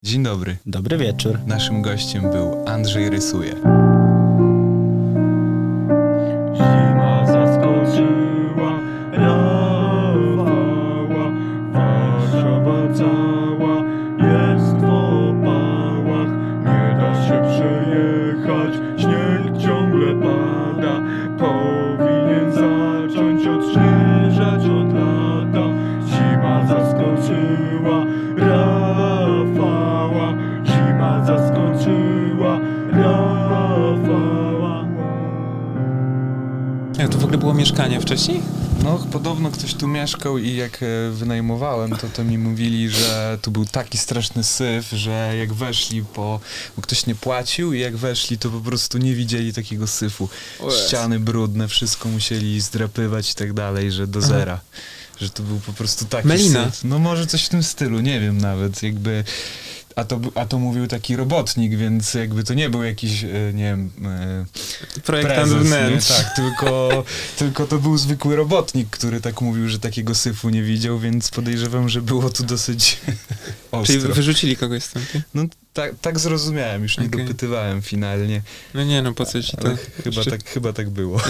Dzień dobry. Dobry wieczór. Naszym gościem był Andrzej Rysuje. Zima zaskoczyła Rafała, Warszawa cała jest w opałach. Nie da się przejechać, śnieg ciągle pada. Powinien zacząć odśnieżać od lata. Zima zaskoczyła Rafała, zima zaskoczyła Rafała. Jak to w ogóle było mieszkanie wcześniej? No, podobno ktoś tu mieszkał i jak wynajmowałem, to mi mówili, że tu był taki straszny syf, że jak weszli bo ktoś nie płacił i jak weszli, to po prostu nie widzieli takiego syfu. Ściany brudne, wszystko musieli zdrapywać i tak dalej, że do zera. Że to był po prostu taki Melina. syf. No może coś w tym stylu, nie wiem nawet, jakby... A to mówił taki robotnik, więc jakby to nie był jakiś, nie wiem... Projektant prezes, wnętrz. nie? Tak, tylko to był zwykły robotnik, który tak mówił, że takiego syfu nie widział, więc podejrzewam, że było tu dosyć ostro. Czyli wyrzucili kogoś stąd? No tak zrozumiałem, już nie Okej. dopytywałem finalnie, No nie, no po co ci to? ale chyba tak było.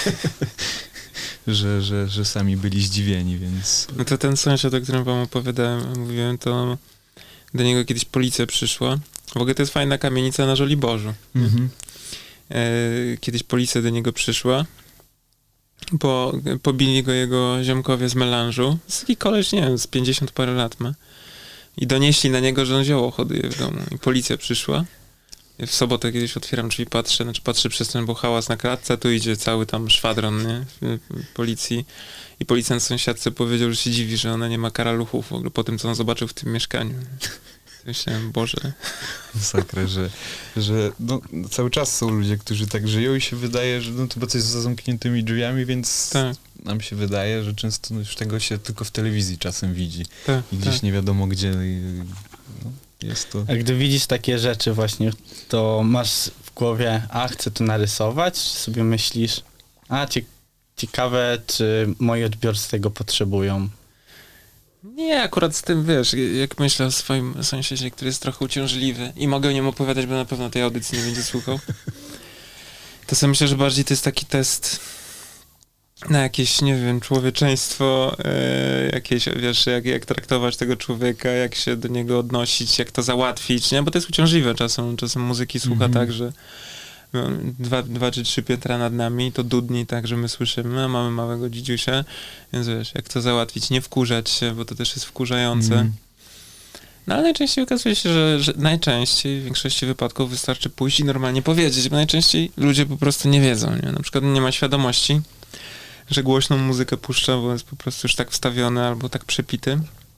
że sami byli zdziwieni, więc... No to ten sąsiad, o którym wam opowiadałem, mówiłem, to do niego kiedyś policja przyszła. W ogóle to jest fajna kamienica na Żoliborzu. Mhm. Kiedyś policja do niego przyszła, bo pobili go jego ziomkowie z melanżu. To jest taki koleś, nie wiem, z 50 parę lat ma. I donieśli na niego, że on zioło hoduje w domu. I policja przyszła. W sobotę kiedyś otwieram drzwi, patrzę przez ten bo hałas na klatce, tu idzie cały tam szwadron, nie? Policji. I policjant sąsiadce powiedział, że się dziwi, że ona nie ma karaluchów w ogóle po tym, co on zobaczył w tym mieszkaniu. Myślałem, Boże. Masakra, że no, cały czas są ludzie, którzy tak żyją i się wydaje, że no to chyba coś za zamkniętymi drzwiami, więc Tak. nam się wydaje, że często już tego się tylko w telewizji czasem widzi. Tak, I gdzieś tak. nie wiadomo gdzie no, jest to... A gdy widzisz takie rzeczy właśnie, to masz w głowie, chcę to narysować, czy sobie myślisz, ciekawe, czy moi odbiorcy tego potrzebują. Nie, akurat z tym, wiesz, jak myślę o swoim sąsiedzie, który jest trochę uciążliwy i mogę o nim opowiadać, bo na pewno tej audycji nie będzie słuchał, to sobie myślę, że bardziej to jest taki test na jakieś, nie wiem, człowieczeństwo, jakieś, wiesz, jak traktować tego człowieka, jak się do niego odnosić, jak to załatwić, nie? Bo to jest uciążliwe czasem muzyki słucha tak, że no, dwa czy trzy piętra nad nami, to dudni tak, że my słyszymy, mamy małego dzidziusia, więc wiesz, jak to załatwić, nie wkurzać się, bo to też jest wkurzające. No ale najczęściej okazuje się, że najczęściej, w większości wypadków wystarczy pójść i normalnie powiedzieć, bo najczęściej ludzie po prostu nie wiedzą, nie? Na przykład nie ma świadomości, że głośną muzykę puszcza, bo jest po prostu już tak wstawiony albo tak przepity.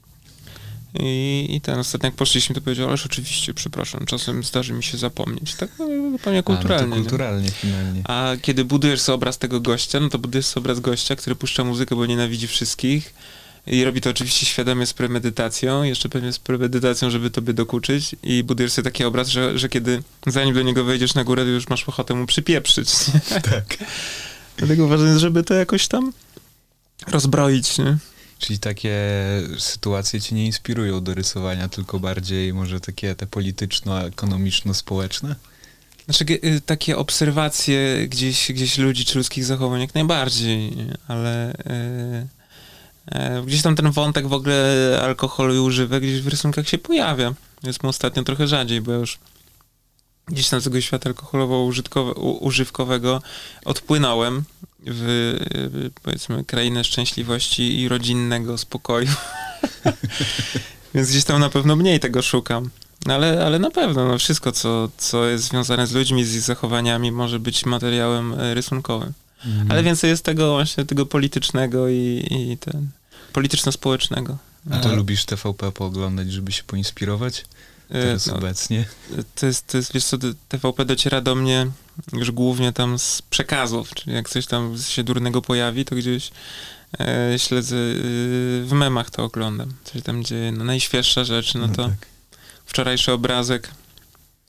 I ten ostatnio jak poszliśmy, to powiedział, ależ oczywiście, przepraszam, czasem zdarzy mi się zapomnieć. Tak zupełnie kulturalnie. No to kulturalnie finalnie. A kiedy budujesz sobie obraz tego gościa, no to budujesz sobie obraz gościa, który puszcza muzykę, bo nienawidzi wszystkich i robi to oczywiście świadomie z premedytacją, jeszcze pewnie z premedytacją, żeby tobie dokuczyć i budujesz sobie taki obraz, że kiedy zanim do niego wejdziesz na górę, to już masz ochotę mu przypieprzyć. Nie? Tak. Dlatego ważne jest, żeby to jakoś tam rozbroić, nie? Czyli takie sytuacje cię nie inspirują do rysowania, tylko bardziej może takie te polityczno-ekonomiczno-społeczne? Znaczy takie obserwacje gdzieś ludzi czy ludzkich zachowań jak najbardziej, nie? Ale gdzieś tam ten wątek w ogóle alkoholu i używek gdzieś w rysunkach się pojawia. Jest mu ostatnio trochę rzadziej, bo ja już gdzieś tam z tego świata alkoholowo-używkowego odpłynąłem w powiedzmy krainę szczęśliwości i rodzinnego spokoju. Więc gdzieś tam na pewno mniej tego szukam. Ale na pewno no wszystko, co jest związane z ludźmi, z ich zachowaniami, może być materiałem rysunkowym. Ale więcej jest tego właśnie, tego politycznego i ten polityczno-społecznego. A to lubisz TVP pooglądać, żeby się poinspirować? Teraz obecnie? To jest, wiesz co, TVP dociera do mnie już głównie tam z przekazów, czyli jak coś tam się durnego pojawi, to gdzieś śledzę, w memach to oglądam, co się tam dzieje. No, najświeższa rzecz, no to tak. wczorajszy obrazek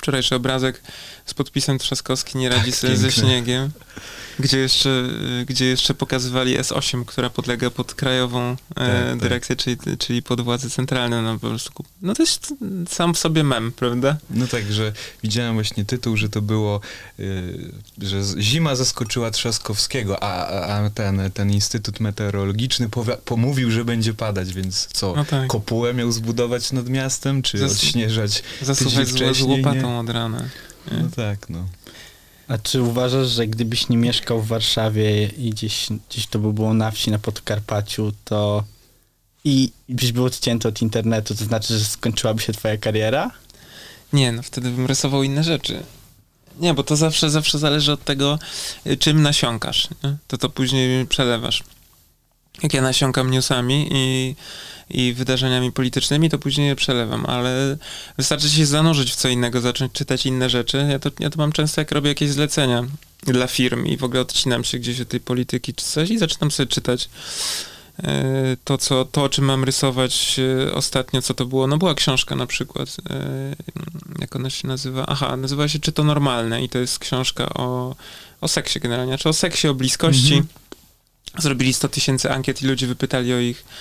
wczorajszy obrazek z podpisem Trzaskowski nie radzi Tak, sobie ze piękny. śniegiem, gdzie jeszcze pokazywali S8, która podlega pod krajową Tak. dyrekcję, czyli pod władze centralne. No, po prostu, no to jest sam w sobie mem, prawda? No tak, że widziałem właśnie tytuł, że to było, że zima zaskoczyła Trzaskowskiego, a ten Instytut Meteorologiczny pomówił, że będzie padać, więc co, No tak. kopułę miał zbudować nad miastem, czy odśnieżać Zasuwać tydzień z wcześniej, łopatą nie? od rana. No tak, no. A czy uważasz, że gdybyś nie mieszkał w Warszawie i gdzieś to by było na wsi, na Podkarpaciu, to i byś był odcięty od internetu, to znaczy, że skończyłaby się twoja kariera? Nie, no wtedy bym rysował inne rzeczy. Nie, bo to zawsze zależy od tego, czym nasiąkasz. Nie? To później przelewasz. Jak ja nasiąkam newsami i wydarzeniami politycznymi, to później je przelewam, ale wystarczy się zanurzyć w co innego, zacząć czytać inne rzeczy. Ja to mam często, jak robię jakieś zlecenia dla firm i w ogóle odcinam się gdzieś od tej polityki czy coś i zaczynam sobie czytać to, o czym mam rysować ostatnio, co to było. No była książka na przykład, jak ona się nazywa? Aha, nazywa się Czy to normalne? I to jest książka o seksie generalnie, znaczy o seksie, o bliskości. Zrobili 100 000 ankiet i ludzie wypytali o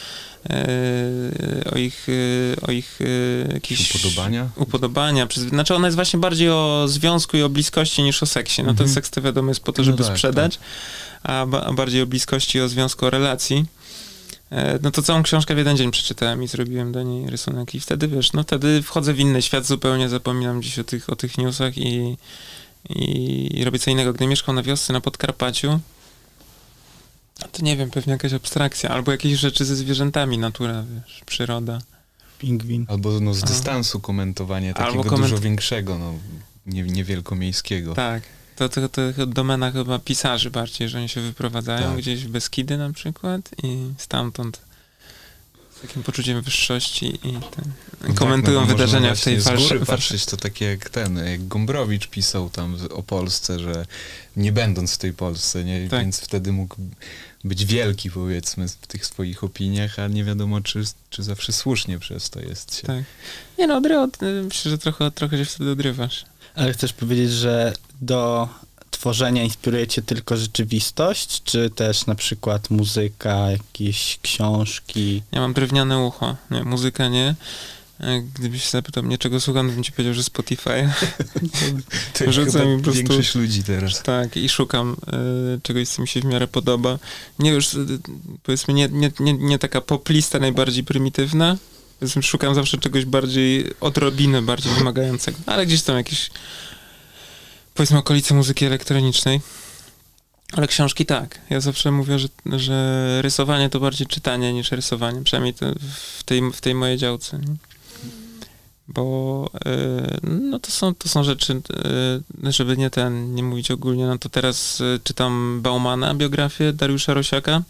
ich jakieś upodobania. Znaczy ona jest właśnie bardziej o związku i o bliskości niż o seksie. No ten seks to wiadomo jest po to, żeby sprzedać, a bardziej o bliskości i o związku, o relacji. No to całą książkę w jeden dzień przeczytałem i zrobiłem do niej rysunek i wtedy, wiesz, no wtedy wchodzę w inny świat, zupełnie zapominam gdzieś o tych newsach i robię co innego. Gdy mieszkam na wiosce na Podkarpaciu, to nie wiem, pewnie jakaś abstrakcja, albo jakieś rzeczy ze zwierzętami, natura, wiesz, przyroda. Pingwin. Albo no, z dystansu komentowanie takiego dużo większego, no, niewielkomiejskiego. Tak. To domena chyba pisarzy bardziej, że oni się wyprowadzają gdzieś w Beskidy na przykład i stamtąd z takim poczuciem wyższości i komentują wydarzenia w tej z góry patrzeć, to takie jak Gombrowicz pisał tam o Polsce, że nie będąc w tej Polsce, nie? Tak. Więc wtedy mógł być wielki, powiedzmy, w tych swoich opiniach, a nie wiadomo, czy zawsze słusznie przez to jest się. Tak. Nie no, myślę, że trochę się wtedy odrywasz. Ale chcesz powiedzieć, że do tworzenia inspiruje cię tylko rzeczywistość, czy też na przykład muzyka, jakieś książki? Ja mam drewniane ucho. Nie, muzyka nie. Gdybyś zapytał mnie, czego słucham, to bym ci powiedział, że Spotify. To rzuca mi po prostu większość ludzi teraz. Tak, i szukam czegoś, co mi się w miarę podoba. Nie już, powiedzmy, nie taka poplista, najbardziej prymitywna. Powiedzmy, szukam zawsze czegoś odrobinę bardziej wymagającego. Ale gdzieś tam jakieś, powiedzmy, okolice muzyki elektronicznej. Ale książki tak. Ja zawsze mówię, że rysowanie to bardziej czytanie niż rysowanie. Przynajmniej w tej mojej działce. Nie? Bo no to są rzeczy, żeby nie mówić ogólnie, no to teraz czytam Baumana, biografię Dariusza Rosiaka.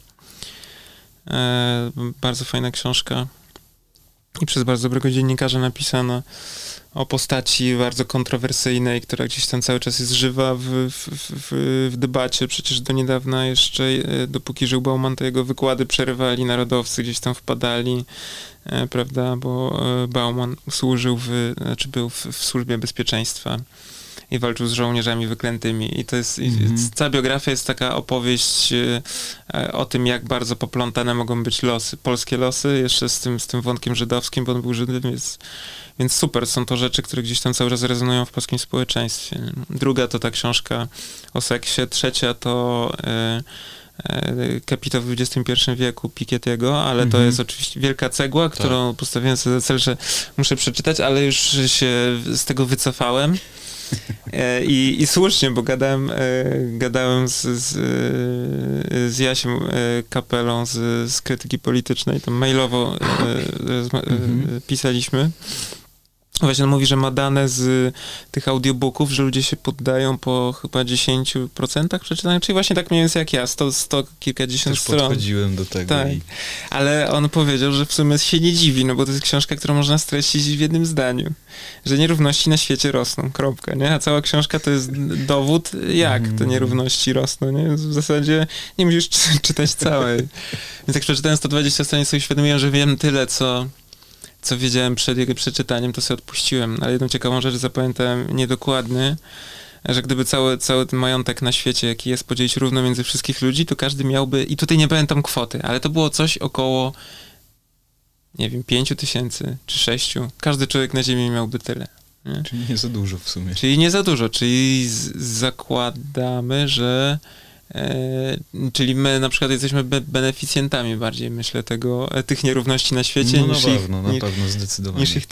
Bardzo fajna książka i przez bardzo dobrego dziennikarza napisana o postaci bardzo kontrowersyjnej, która gdzieś tam cały czas jest żywa w debacie. Przecież do niedawna jeszcze, dopóki żył Bauman, to jego wykłady przerywali narodowcy, gdzieś tam wpadali, prawda, bo Bauman był w służbie bezpieczeństwa i walczył z żołnierzami wyklętymi. I to jest, cała biografia jest taka opowieść o tym, jak bardzo poplątane mogą być polskie losy, jeszcze z tym wątkiem żydowskim, bo on był Żydem, więc super, są to rzeczy, które gdzieś tam cały czas rezonują w polskim społeczeństwie. Druga to ta książka o seksie, trzecia to Kapitał w XXI wieku Piketty'ego, ale to jest oczywiście wielka cegła, którą postawiłem sobie za cel, że muszę przeczytać, ale już się z tego wycofałem. I słusznie, bo gadałem z Jasiem Kapelą z Krytyki Politycznej, tam mailowo pisaliśmy. Właśnie on mówi, że ma dane z tych audiobooków, że ludzie się poddają po chyba 10% przeczytania, czyli właśnie tak mniej więcej jak ja, 100 kilkadziesiąt Też stron. podchodziłem do tego. Tak. Ale on powiedział, że w sumie się nie dziwi, no bo to jest książka, którą można streścić w jednym zdaniu. Że nierówności na świecie rosną, kropka, nie? A cała książka to jest dowód, jak te nierówności rosną, nie? W zasadzie nie musisz czytać całej. Więc jak przeczytałem 120 stron, sobie uświadomiłem, że wiem tyle, co co wiedziałem przed jego przeczytaniem, to sobie odpuściłem. Ale jedną ciekawą rzecz zapamiętałem niedokładnie, że gdyby cały ten majątek na świecie, jaki jest, podzielić równo między wszystkich ludzi, to każdy miałby, i tutaj nie pamiętam kwoty, ale to było coś około, nie wiem, 5,000 czy 6. Każdy człowiek na ziemi miałby tyle. Nie? Czyli nie za dużo w sumie. Czyli nie za dużo, czyli zakładamy, że czyli my na przykład jesteśmy beneficjentami bardziej, myślę, tych nierówności na świecie No niż na pewno, zdecydowanie. niż ich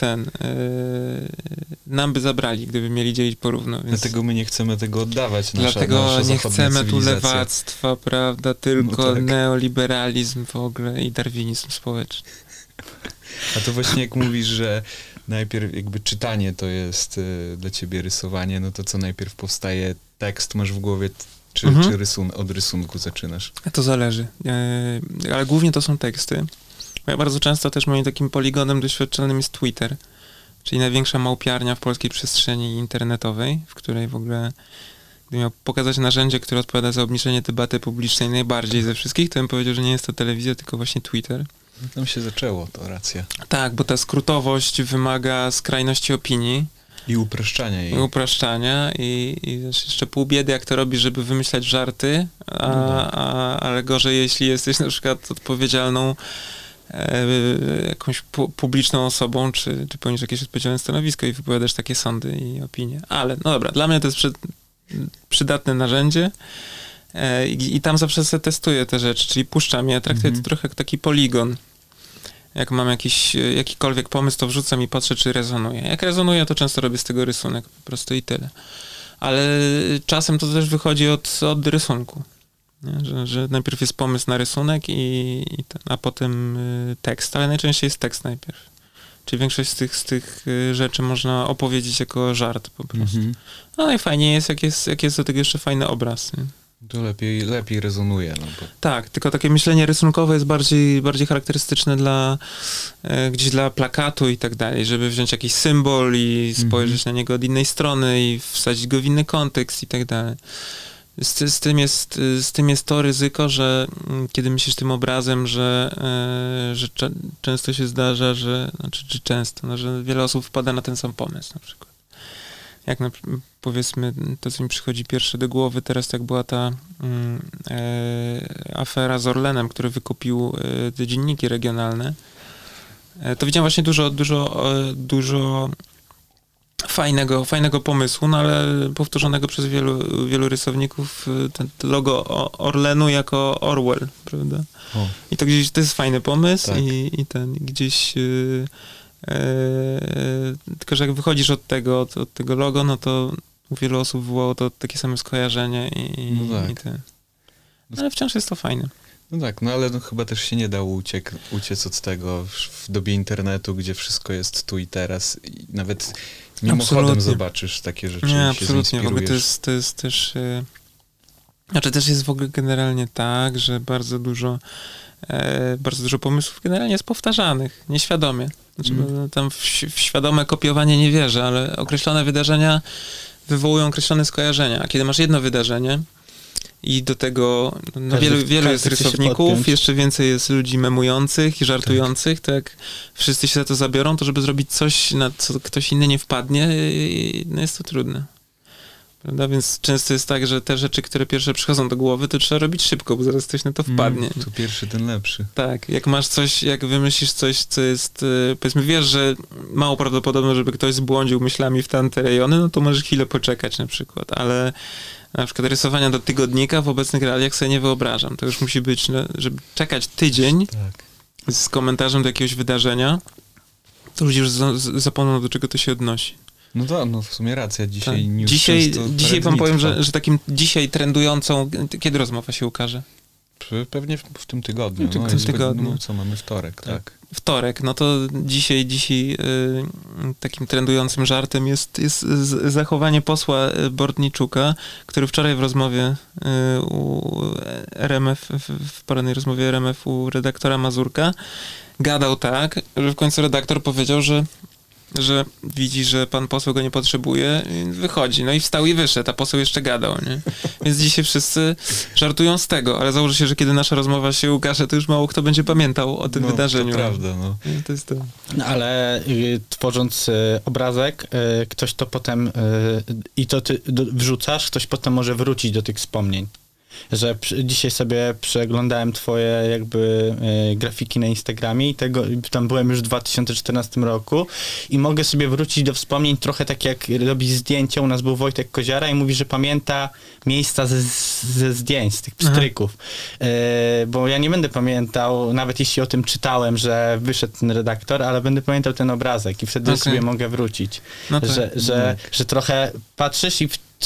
nam by zabrali, gdyby mieli dzielić porówno. Więc Dlatego my nie chcemy tego oddawać. dlatego nie chcemy tu cywilizacja. lewactwa, prawda, tylko No tak. neoliberalizm w ogóle i darwinizm społeczny. A to właśnie jak mówisz, że najpierw jakby czytanie to jest dla ciebie rysowanie, no to co najpierw powstaje tekst, masz w głowie, czy od rysunku zaczynasz? To zależy, ale głównie to są teksty. Ja bardzo często też moim takim poligonem doświadczalnym jest Twitter, czyli największa małpiarnia w polskiej przestrzeni internetowej, w której w ogóle, gdybym miał pokazać narzędzie, które odpowiada za obniżenie debaty publicznej najbardziej ze wszystkich, to bym powiedział, że nie jest to telewizja, tylko właśnie Twitter. No tam się zaczęło, to racja. Tak, bo ta skrótowość wymaga skrajności opinii. I upraszczania jej. I wiesz, jeszcze pół biedy, jak to robisz, żeby wymyślać żarty, ale gorzej, jeśli jesteś na przykład odpowiedzialną jakąś publiczną osobą, czy pełnisz jakieś odpowiedzialne stanowisko i wypowiadasz takie sądy i opinie. Ale, no dobra, dla mnie to jest przydatne narzędzie i tam zawsze sobie testuję te rzeczy, czyli puszczam je, traktuję to trochę jak taki poligon. Jak mam jakikolwiek pomysł, to wrzucam i patrzę, czy rezonuje. Jak rezonuje, to często robię z tego rysunek po prostu i tyle. Ale czasem to też wychodzi od rysunku. Nie? Że najpierw jest pomysł na rysunek a potem tekst, ale najczęściej jest tekst najpierw. Czyli większość z tych rzeczy można opowiedzieć jako żart po prostu. No najfajniej jest, jak jest do tego jeszcze fajny obraz. Nie? To lepiej rezonuje. No bo... Tak, tylko takie myślenie rysunkowe jest bardziej charakterystyczne gdzieś dla plakatu i tak dalej, żeby wziąć jakiś symbol i spojrzeć na niego od innej strony i wsadzić go w inny kontekst i tak dalej. Z tym jest to ryzyko, że kiedy myślisz tym obrazem, że często się zdarza, że wiele osób wpada na ten sam pomysł na przykład. Jak powiedzmy, to co mi przychodzi pierwsze do głowy teraz, jak była ta afera z Orlenem, który wykupił te dzienniki regionalne, to widziałem właśnie dużo fajnego pomysłu, no ale powtórzonego przez wielu rysowników, to logo Orlenu jako Orwell, prawda? I to gdzieś, to jest fajny pomysł, tak. i ten gdzieś tylko, że jak wychodzisz od tego logo, no to u wielu osób wywołało to takie same skojarzenie ale wciąż jest to fajne. No tak, no ale chyba też się nie da uciec od tego w dobie internetu, gdzie wszystko jest tu i teraz i nawet mimochodem zobaczysz takie rzeczy. Nie, absolutnie, w ogóle to jest też też jest w ogóle generalnie tak, że bardzo dużo pomysłów generalnie jest powtarzanych, nieświadomie. Znaczy, tam w świadome kopiowanie nie wierzę, ale określone wydarzenia wywołują określone skojarzenia. A kiedy masz jedno wydarzenie i do tego wielu jest rysowników, jeszcze więcej jest ludzi memujących i żartujących, to jak wszyscy się za to zabiorą, to żeby zrobić coś, na co ktoś inny nie wpadnie, no jest to trudne. Prawda? Więc często jest tak, że te rzeczy, które pierwsze przychodzą do głowy, to trzeba robić szybko, bo zaraz ktoś na to wpadnie. Tu pierwszy, ten lepszy. Tak, jak wymyślisz coś, co jest, powiedzmy, wiesz, że mało prawdopodobne, żeby ktoś zbłądził myślami w tamte rejony, no to możesz chwilę poczekać na przykład, ale na przykład rysowania do tygodnika w obecnych realiach sobie nie wyobrażam. To już musi być, żeby czekać tydzień z komentarzem do jakiegoś wydarzenia, to ludzie już zapomną, do czego to się odnosi. No to, w sumie racja. Dzisiaj wam powiem, że takim dzisiaj trendującą, kiedy rozmowa się ukaże? Pewnie w tym tygodniu. W tym tygodniu. Co mamy? Wtorek, tak. Wtorek, no to dzisiaj takim trendującym żartem jest zachowanie posła Bordniczuka, który wczoraj w rozmowie u RMF, w porannej rozmowie RMF u redaktora Mazurka gadał tak, że w końcu redaktor powiedział, że że widzi, że pan poseł go nie potrzebuje, i wychodzi. No i wstał i wyszedł, a poseł jeszcze gadał, nie? Więc dzisiaj wszyscy żartują z tego, ale założę się, że kiedy nasza rozmowa się ukaże, to już mało kto będzie pamiętał o tym wydarzeniu. To prawda, no. To jest to. No, ale tworząc obrazek, ktoś to potem i to ty wrzucasz, ktoś potem może wrócić do tych wspomnień. Że dzisiaj sobie przeglądałem twoje jakby grafiki na Instagramie i tam byłem już w 2014 roku i mogę sobie wrócić do wspomnień trochę tak jak robi zdjęcia. U nas był Wojtek Koziara i mówi, że pamięta miejsca ze zdjęć, z tych pstryków. Bo ja nie będę pamiętał, nawet jeśli o tym czytałem, że wyszedł ten redaktor, ale będę pamiętał ten obrazek i wtedy sobie mogę wrócić. No tak. Że trochę patrzysz i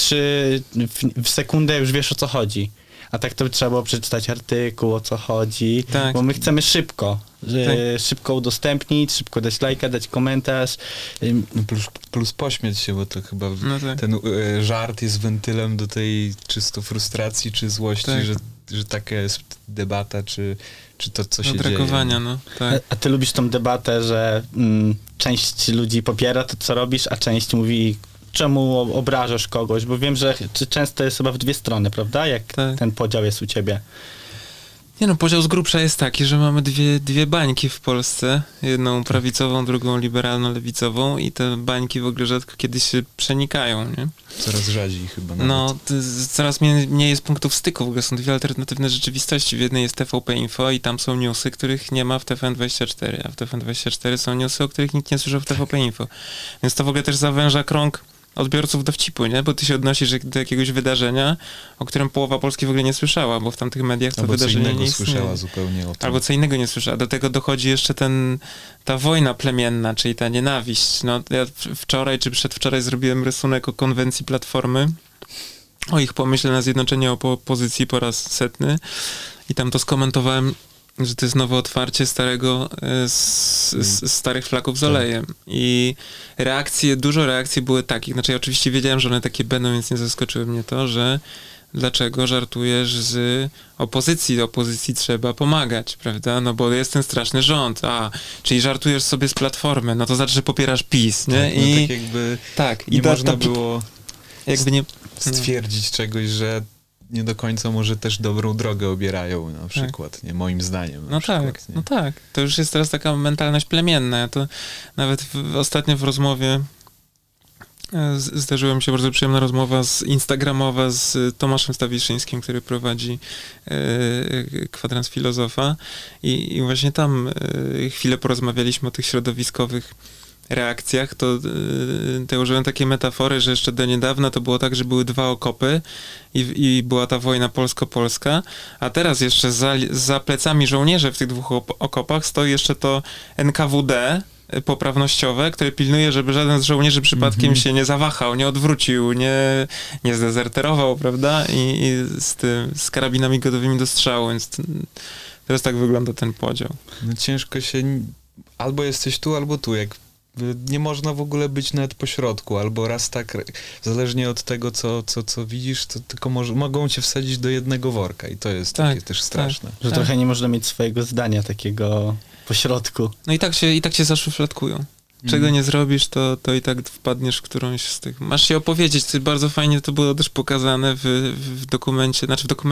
w sekundę już wiesz, o co chodzi. A tak to trzeba było przeczytać artykuł, o co chodzi, tak. Bo my chcemy szybko. Szybko udostępnić, szybko dać lajka, dać komentarz. No plus pośmiać się, bo to chyba ten żart jest wentylem do tej czysto frustracji czy złości, że taka jest debata, czy to, co się dzieje. No, tak. A ty lubisz tą debatę, że część ludzi popiera to, co robisz, a część mówi, czemu obrażasz kogoś, bo wiem, że często jest chyba w dwie strony, prawda? Jak ten podział jest u ciebie. Nie no, podział z grubsza jest taki, że mamy dwie bańki w Polsce. Jedną prawicową, drugą liberalno-lewicową i te bańki w ogóle rzadko kiedy się przenikają, nie? Coraz rzadziej chyba nawet. No, coraz mniej jest punktów styku. W ogóle są dwie alternatywne rzeczywistości. W jednej jest TVP Info i tam są newsy, których nie ma w TVN24, a w TVN24 są newsy, o których nikt nie słyszał w TVP Info. Więc to w ogóle też zawęża krąg odbiorców dowcipu, nie? Bo ty się odnosisz do jakiegoś wydarzenia, o którym połowa Polski w ogóle nie słyszała, bo w tamtych mediach to wydarzenie nie istnieje. Słyszała zupełnie o tym. Albo co innego nie słyszała. Do tego dochodzi jeszcze ta wojna plemienna, czyli ta nienawiść. No, ja wczoraj czy przedwczoraj zrobiłem rysunek o konwencji Platformy, o ich pomyśle na zjednoczenie opozycji po raz 100 i tam to skomentowałem, że to jest nowe otwarcie starych flaków z olejem. I dużo reakcji były takich, znaczy ja oczywiście wiedziałem, że one takie będą, więc nie zaskoczyły mnie to, że dlaczego żartujesz z opozycji? Opozycji trzeba pomagać, prawda? No bo jest ten straszny rząd. Czyli żartujesz sobie z Platformy, no to znaczy, że popierasz PiS, nie? Tak, no tak jakby nie można było jakby nie stwierdzić czegoś, że nie do końca może też dobrą drogę obierają, na przykład, nie? Moim zdaniem. No tak. To już jest teraz taka mentalność plemienna. Ja to nawet ostatnio w rozmowie zdarzyła mi się bardzo przyjemna rozmowa instagramowa z Tomaszem Stawiszyńskim, który prowadzi kwadrans filozofa i właśnie tam chwilę porozmawialiśmy o tych środowiskowych reakcjach, to użyłem takiej metafory, że jeszcze do niedawna to było tak, że były dwa okopy i była ta wojna polsko-polska, a teraz jeszcze za plecami żołnierzy w tych dwóch okopach stoi jeszcze to NKWD poprawnościowe, które pilnuje, żeby żaden z żołnierzy przypadkiem się nie zawahał, nie odwrócił, nie zdezerterował, prawda? I z karabinami gotowymi do strzału, więc teraz tak wygląda ten podział. No ciężko się... Albo jesteś tu, albo tu. Nie można w ogóle być nawet po środku, albo raz tak, zależnie od tego, co widzisz, to tylko mogą cię wsadzić do jednego worka i to jest takie też straszne. Że trochę nie można mieć swojego zdania takiego po środku. No i tak się zaszufladkują. Czego nie zrobisz, to i tak wpadniesz w którąś z tych... Masz się opowiedzieć, to bardzo fajnie to było też pokazane w dokumencie,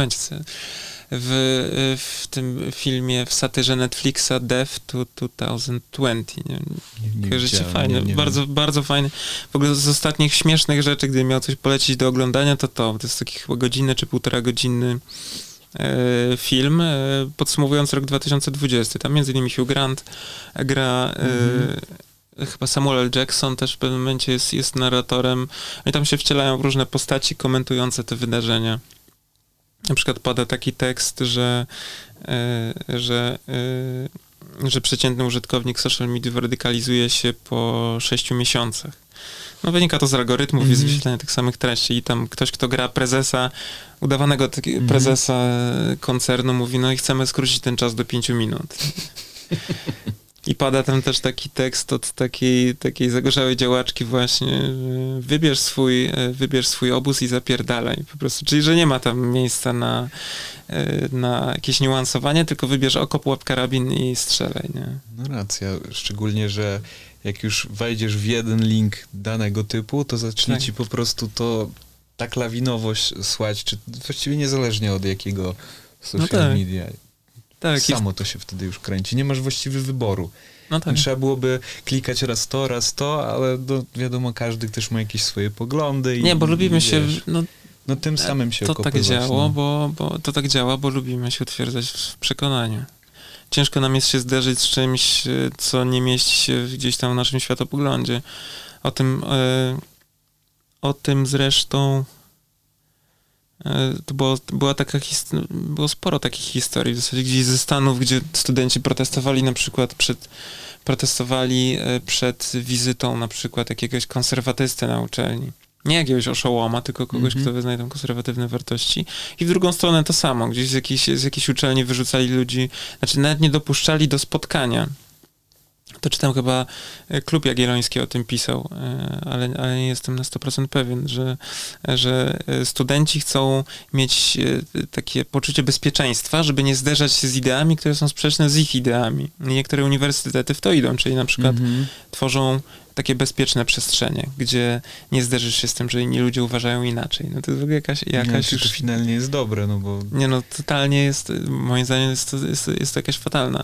w tym filmie, w satyrze Netflixa Death to 2020. Nie kojarzycie? Fajne. Bardzo, bardzo fajne. W ogóle z ostatnich śmiesznych rzeczy, gdybym miał coś polecić do oglądania, to jest taki chyba godzinny czy 1,5 godzinny film podsumowujący rok 2020. Tam między innymi Hugh Grant gra chyba Samuel L. Jackson też w pewnym momencie jest narratorem. I tam się wcielają w różne postaci komentujące te wydarzenia. Na przykład pada taki tekst, że przeciętny użytkownik social media radykalizuje się po 6 miesiącach. No wynika to z algorytmów i z wyświetlania tych samych treści. I tam ktoś, kto gra prezesa, udawanego prezesa koncernu, mówi, no i chcemy skrócić ten czas do 5 minut. I pada tam też taki tekst od takiej zagorzałej działaczki właśnie, wybierz swój obóz i zapierdalaj po prostu. Czyli, że nie ma tam miejsca na jakieś niuansowanie, tylko wybierz okop, łap karabin i strzelaj, nie? No racja, szczególnie, że jak już wejdziesz w jeden link danego typu, to zacznie Tak. ci po prostu to tak lawinowo słać, czy właściwie niezależnie od jakiego social tak. media. Tak, Samo to się wtedy już kręci. Nie masz właściwie wyboru. no tak. Trzeba byłoby klikać raz to, ale wiadomo, każdy też ma jakieś swoje poglądy. Nie, bo lubimy się, wiesz, no tym samym się to tak okopywać, działo, no. bo to tak działa, bo lubimy się utwierdzać w przekonaniu. Ciężko nam jest się zderzyć z czymś, co nie mieści się gdzieś tam w naszym światopoglądzie. O tym zresztą było sporo takich historii w zasadzie gdzieś ze Stanów, gdzie studenci protestowali przed wizytą na przykład jakiegoś konserwatysty na uczelni. Nie jakiegoś oszołoma, tylko kogoś, kto wyznaje tam konserwatywne wartości. I w drugą stronę to samo. Gdzieś z jakiejś uczelni wyrzucali ludzi, znaczy nawet nie dopuszczali do spotkania. To czytam chyba Klub Jagielloński o tym pisał, ale nie jestem na 100% pewien, że studenci chcą mieć takie poczucie bezpieczeństwa, żeby nie zderzać się z ideami, które są sprzeczne z ich ideami. I niektóre uniwersytety w to idą, czyli na przykład tworzą takie bezpieczne przestrzenie, gdzie nie zderzysz się z tym, że inni ludzie uważają inaczej. No to jest w ogóle jakaś już... To finalnie jest dobre, no bo... Nie no, totalnie jest, moim zdaniem jest to jakaś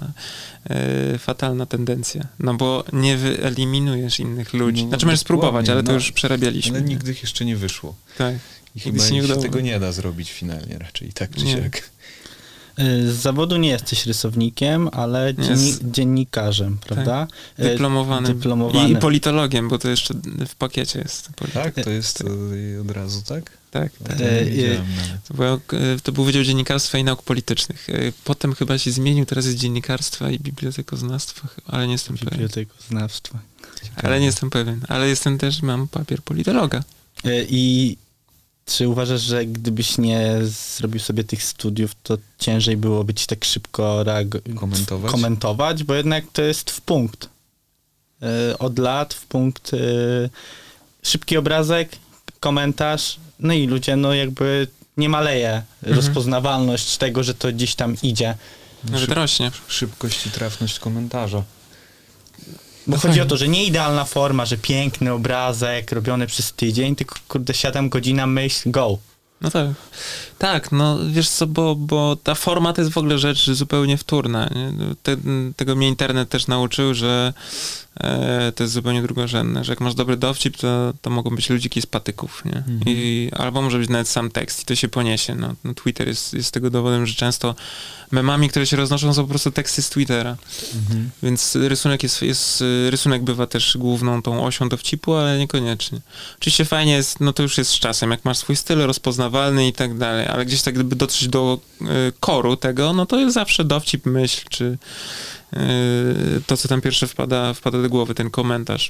fatalna tendencja. No bo nie wyeliminujesz innych ludzi. No, znaczy możesz spróbować, ale to już przerabialiśmy. Ale nigdy jeszcze nie wyszło. Tak. I chyba się tego nie da zrobić finalnie raczej, tak czy siak. Z zawodu nie jesteś rysownikiem, ale dziennikarzem, prawda? Dyplomowanym. I politologiem, bo to jeszcze w pakiecie jest. Tak? To jest od razu, tak? Tak. Nawet. To był Wydział Dziennikarstwa i Nauk Politycznych. Potem chyba się zmienił, teraz jest dziennikarstwa i bibliotekoznawstwa, ale nie jestem pewien. Bibliotekoznawstwa. Ale nie jestem pewien. Ale mam papier politologa. I czy uważasz, że gdybyś nie zrobił sobie tych studiów, to ciężej byłoby ci tak szybko komentować? Bo jednak to jest w punkt. Od lat w punkt. Szybki obrazek, komentarz, no i ludzie, no jakby nie maleje rozpoznawalność tego, że to gdzieś tam idzie. Nawet rośnie. Szybkość i trafność komentarza. Bo chodzi o to, że nie idealna forma, że piękny obrazek robiony przez tydzień, tylko kurde 7 godzin myśl, go. No tak. Tak, no wiesz co, bo ta forma to jest w ogóle rzecz zupełnie wtórna. Nie? Tego mnie internet też nauczył, że to jest zupełnie drugorzędne, że jak masz dobry dowcip, to mogą być ludziki z patyków, nie? Albo może być nawet sam tekst i to się poniesie. No Twitter jest tego dowodem, że często memami, które się roznoszą, są po prostu teksty z Twittera. Więc rysunek bywa też główną tą osią dowcipu, ale niekoniecznie. Oczywiście fajnie jest, no to już jest z czasem, jak masz swój styl rozpoznawalny i tak dalej, ale gdzieś tak gdyby dotrzeć do koru tego, no to jest zawsze dowcip, myśl, czy to, co tam pierwsze wpada do głowy, ten komentarz.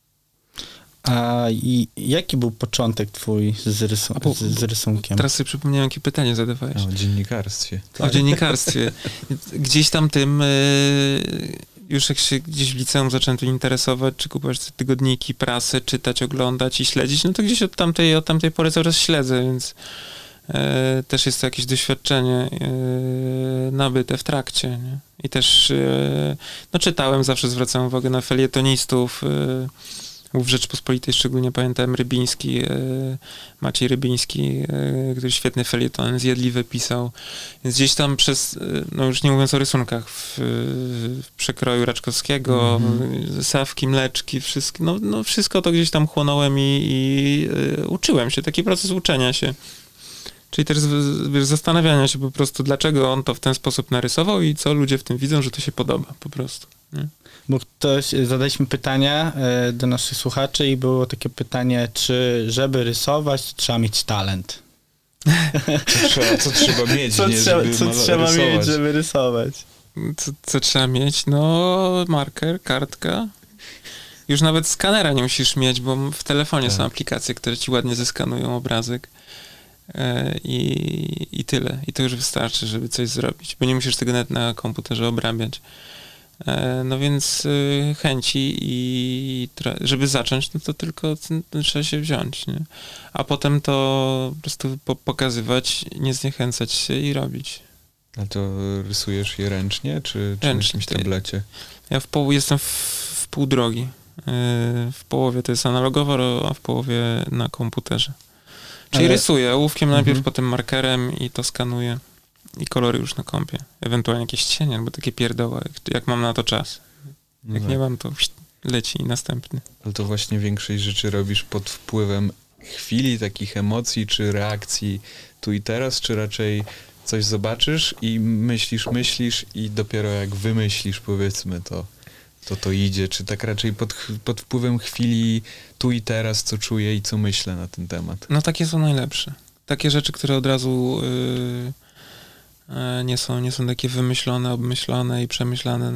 A i jaki był początek twój z rysunkiem? Teraz sobie przypomniałem, jakie pytanie zadawałeś. O dziennikarstwie. O dziennikarstwie. Gdzieś tam tym, już jak się gdzieś w liceum zacząłem tym interesować, czy kupować tygodniki, prasę, czytać, oglądać i śledzić, no to gdzieś od tamtej pory cały czas śledzę, więc też jest to jakieś doświadczenie nabyte w trakcie. Nie? I też no czytałem, zawsze zwracałem uwagę na felietonistów, w Rzeczpospolitej szczególnie pamiętałem Rybiński, Maciej Rybiński, który świetny felieton Zjadliwe pisał. Więc gdzieś tam no już nie mówiąc o rysunkach, w przekroju Raczkowskiego, Sawki, Mleczki, wszystko to gdzieś tam chłonąłem i uczyłem się, taki proces uczenia się. Czyli też zastanawiania się po prostu, dlaczego on to w ten sposób narysował i co ludzie w tym widzą, że to się podoba po prostu. Nie? Bo zadaliśmy pytania do naszych słuchaczy i było takie pytanie, czy żeby rysować, to trzeba mieć talent. Co trzeba mieć, żeby rysować? Co trzeba mieć? No, marker, kartka. Już nawet skanera nie musisz mieć, bo w telefonie są aplikacje, które ci ładnie zeskanują obrazek. I tyle. I to już wystarczy, żeby coś zrobić, bo nie musisz tego nawet na komputerze obrabiać. No więc chęci i żeby zacząć, no to tylko trzeba się wziąć, nie? A potem to po prostu pokazywać, nie zniechęcać się i robić. A to rysujesz je ręcznie, czy na jakimś tablecie? Ja jestem w pół drogi. W połowie to jest analogowo, a w połowie na komputerze. Czyli Ale- rysuję ołówkiem najpierw, Mhm. potem markerem i to skanuję. I kolory już na kompie. Ewentualnie jakieś cienie, albo takie pierdoła, jak mam na to czas. No Jak tak. nie mam, to leci następny. Ale to właśnie większość rzeczy robisz pod wpływem chwili, takich emocji, czy reakcji tu i teraz, czy raczej coś zobaczysz i myślisz i dopiero jak wymyślisz, powiedzmy, to idzie, czy tak raczej pod wpływem chwili tu i teraz, co czuję i co myślę na ten temat. No takie są najlepsze. Takie rzeczy, które od razu nie są takie wymyślone, obmyślone i przemyślane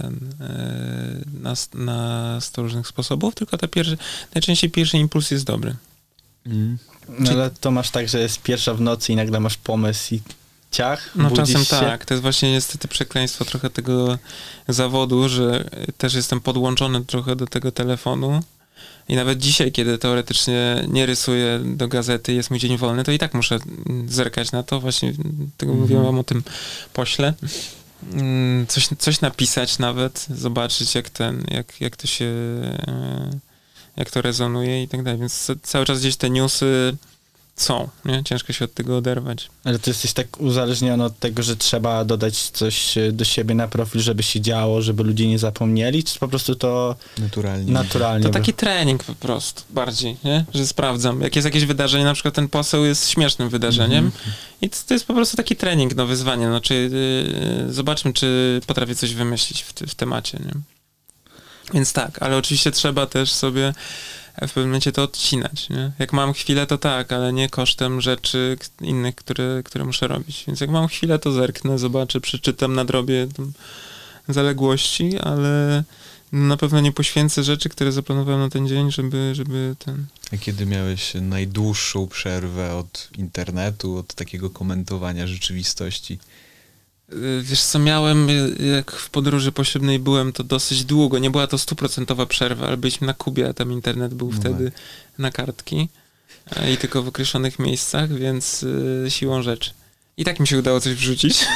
na 100 różnych sposobów, tylko najczęściej pierwszy impuls jest dobry. No, ale to masz tak, że jest pierwsza w nocy i nagle masz pomysł i ciach, No budzisz czasem się. tak. To jest właśnie niestety przekleństwo trochę tego zawodu, że też jestem podłączony trochę do tego telefonu i nawet dzisiaj, kiedy teoretycznie nie rysuję do gazety, jest mój dzień wolny, to i tak muszę zerkać na to. Właśnie tego mówiłem wam o tym pośle. Coś napisać nawet, zobaczyć jak to się, jak to rezonuje i tak dalej. Więc cały czas gdzieś te newsy są, nie? Ciężko się od tego oderwać. Ale ty jesteś tak uzależniony od tego, że trzeba dodać coś do siebie na profil, żeby się działo, żeby ludzie nie zapomnieli, czy po prostu to naturalnie? To taki trening po prostu bardziej, nie? Że sprawdzam. Jak jest jakieś wydarzenie, na przykład ten poseł jest śmiesznym wydarzeniem i to jest po prostu taki trening, wyzwanie. No, zobaczmy, czy potrafię coś wymyślić w temacie, nie? Więc tak, ale oczywiście trzeba też sobie w pewnym momencie to odcinać, nie? Jak mam chwilę, to tak, ale nie kosztem rzeczy innych, które muszę robić. Więc jak mam chwilę, to zerknę, zobaczę, przeczytam, nadrobię tam zaległości, ale na pewno nie poświęcę rzeczy, które zaplanowałem na ten dzień, żeby ten... A kiedy miałeś najdłuższą przerwę od internetu, od takiego komentowania rzeczywistości? Wiesz co, miałem, jak w podróży poślubnej byłem, to dosyć długo. Nie była to 100% przerwa, ale byliśmy na Kubie, a tam internet był wtedy na kartki i tylko w określonych miejscach, więc siłą rzeczy. I tak mi się udało coś wrzucić.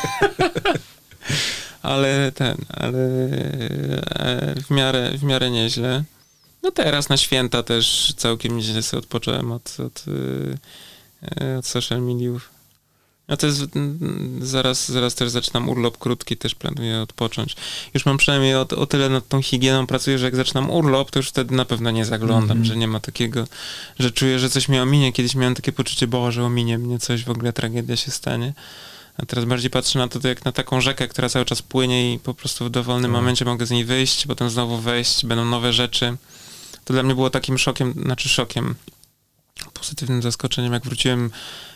ale w miarę nieźle. No teraz na święta też całkiem nieźle sobie odpocząłem od social mediów. No to jest, zaraz też zaczynam urlop krótki, też planuję odpocząć. Już mam przynajmniej o tyle nad tą higieną pracuję, że jak zaczynam urlop, to już wtedy na pewno nie zaglądam, że nie ma takiego, że czuję, że coś mnie ominie. Kiedyś miałem takie poczucie, że ominie mnie coś, w ogóle tragedia się stanie. A teraz bardziej patrzę na to jak na taką rzekę, która cały czas płynie i po prostu w dowolnym momencie mogę z niej wyjść, potem znowu wejść, będą nowe rzeczy. To dla mnie było takim szokiem, pozytywnym zaskoczeniem, jak wróciłem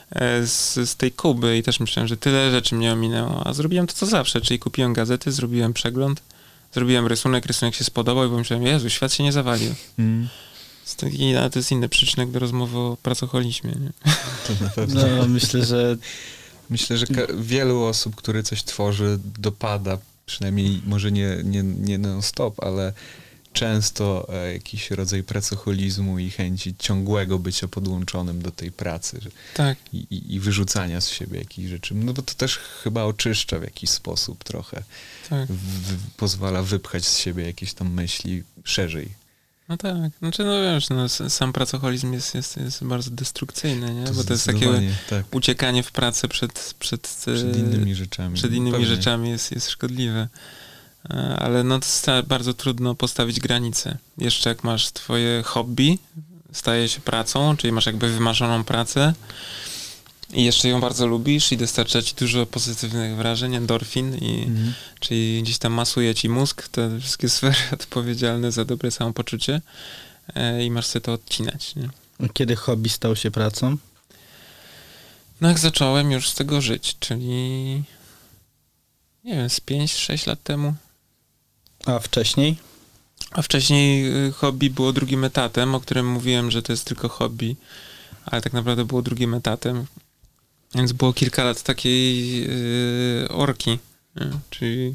z tej Kuby i też myślałem, że tyle rzeczy mnie ominęło, a zrobiłem to co zawsze, czyli kupiłem gazety, zrobiłem przegląd, zrobiłem rysunek się spodobał i pomyślałem, Jezu, świat się nie zawalił. Ale to jest inny przyczynek do rozmowy o pracoholizmie, nie? To na pewno. No, Myślę, że wielu osób, które coś tworzy, dopada, przynajmniej może nie non-stop, ale często jakiś rodzaj pracoholizmu i chęci ciągłego bycia podłączonym do tej pracy. Tak. I wyrzucania z siebie jakichś rzeczy. No bo to też chyba oczyszcza w jakiś sposób trochę. Tak. Pozwala wypchać z siebie jakieś tam myśli szerzej. No tak. Znaczy, no wiesz, sam pracoholizm jest bardzo destrukcyjny, nie? Bo to jest takie uciekanie w pracę przed innymi rzeczami. Przed innymi rzeczami jest szkodliwe. Ale no to jest bardzo trudno postawić granice. Jeszcze jak masz twoje hobby, staje się pracą, czyli masz jakby wymarzoną pracę i jeszcze ją bardzo lubisz i dostarcza ci dużo pozytywnych wrażeń, endorfin, czyli gdzieś tam masuje ci mózg, te wszystkie sfery odpowiedzialne za dobre samopoczucie i masz sobie to odcinać. Nie? Kiedy hobby stał się pracą? No jak zacząłem już z tego żyć, czyli nie wiem, z 5-6 lat temu. A wcześniej? A wcześniej hobby było drugim etatem, o którym mówiłem, że to jest tylko hobby, ale tak naprawdę było drugim etatem. Więc było kilka lat takiej orki, czyli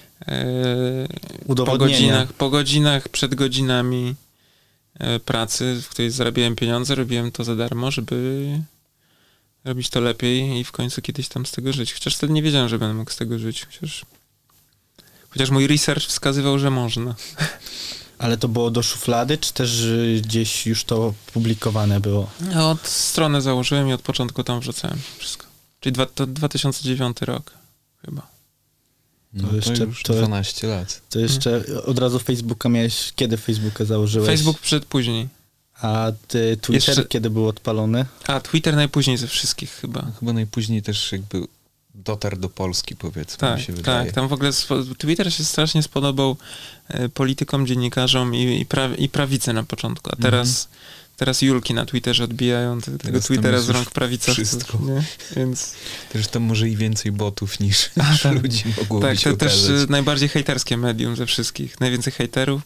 po godzinach, przed godzinami pracy, w której zarabiałem pieniądze, robiłem to za darmo, żeby robić to lepiej i w końcu kiedyś tam z tego żyć. Chociaż wtedy nie wiedziałem, że będę mógł z tego żyć. Chociaż mój research wskazywał, że można. Ale to było do szuflady, czy też gdzieś już to publikowane było? Od strony założyłem i od początku tam wrzucałem wszystko. Czyli to 2009 rok chyba. No, To jeszcze- już to- 12 lat. To jeszcze od razu Facebooka miałeś, kiedy Facebooka założyłeś? Facebook przed później. A ty Twitter Jeszcze- kiedy był odpalony? A Twitter najpóźniej ze wszystkich chyba. No, chyba najpóźniej też jakby dotarł do Polski, powiedzmy, Tak, mi się wydaje. tak. Tam w ogóle Twitter się strasznie spodobał politykom, dziennikarzom i prawicy na początku. A teraz Julki na Twitterze odbijają tego Teraz tam Twittera jest z już rąk prawicowców. wszystko. Nie? Więc Też tam może i więcej botów niż tak. ludzi mogło tak, się to też okazać. najbardziej hejterskie medium ze wszystkich. Najwięcej hejterów,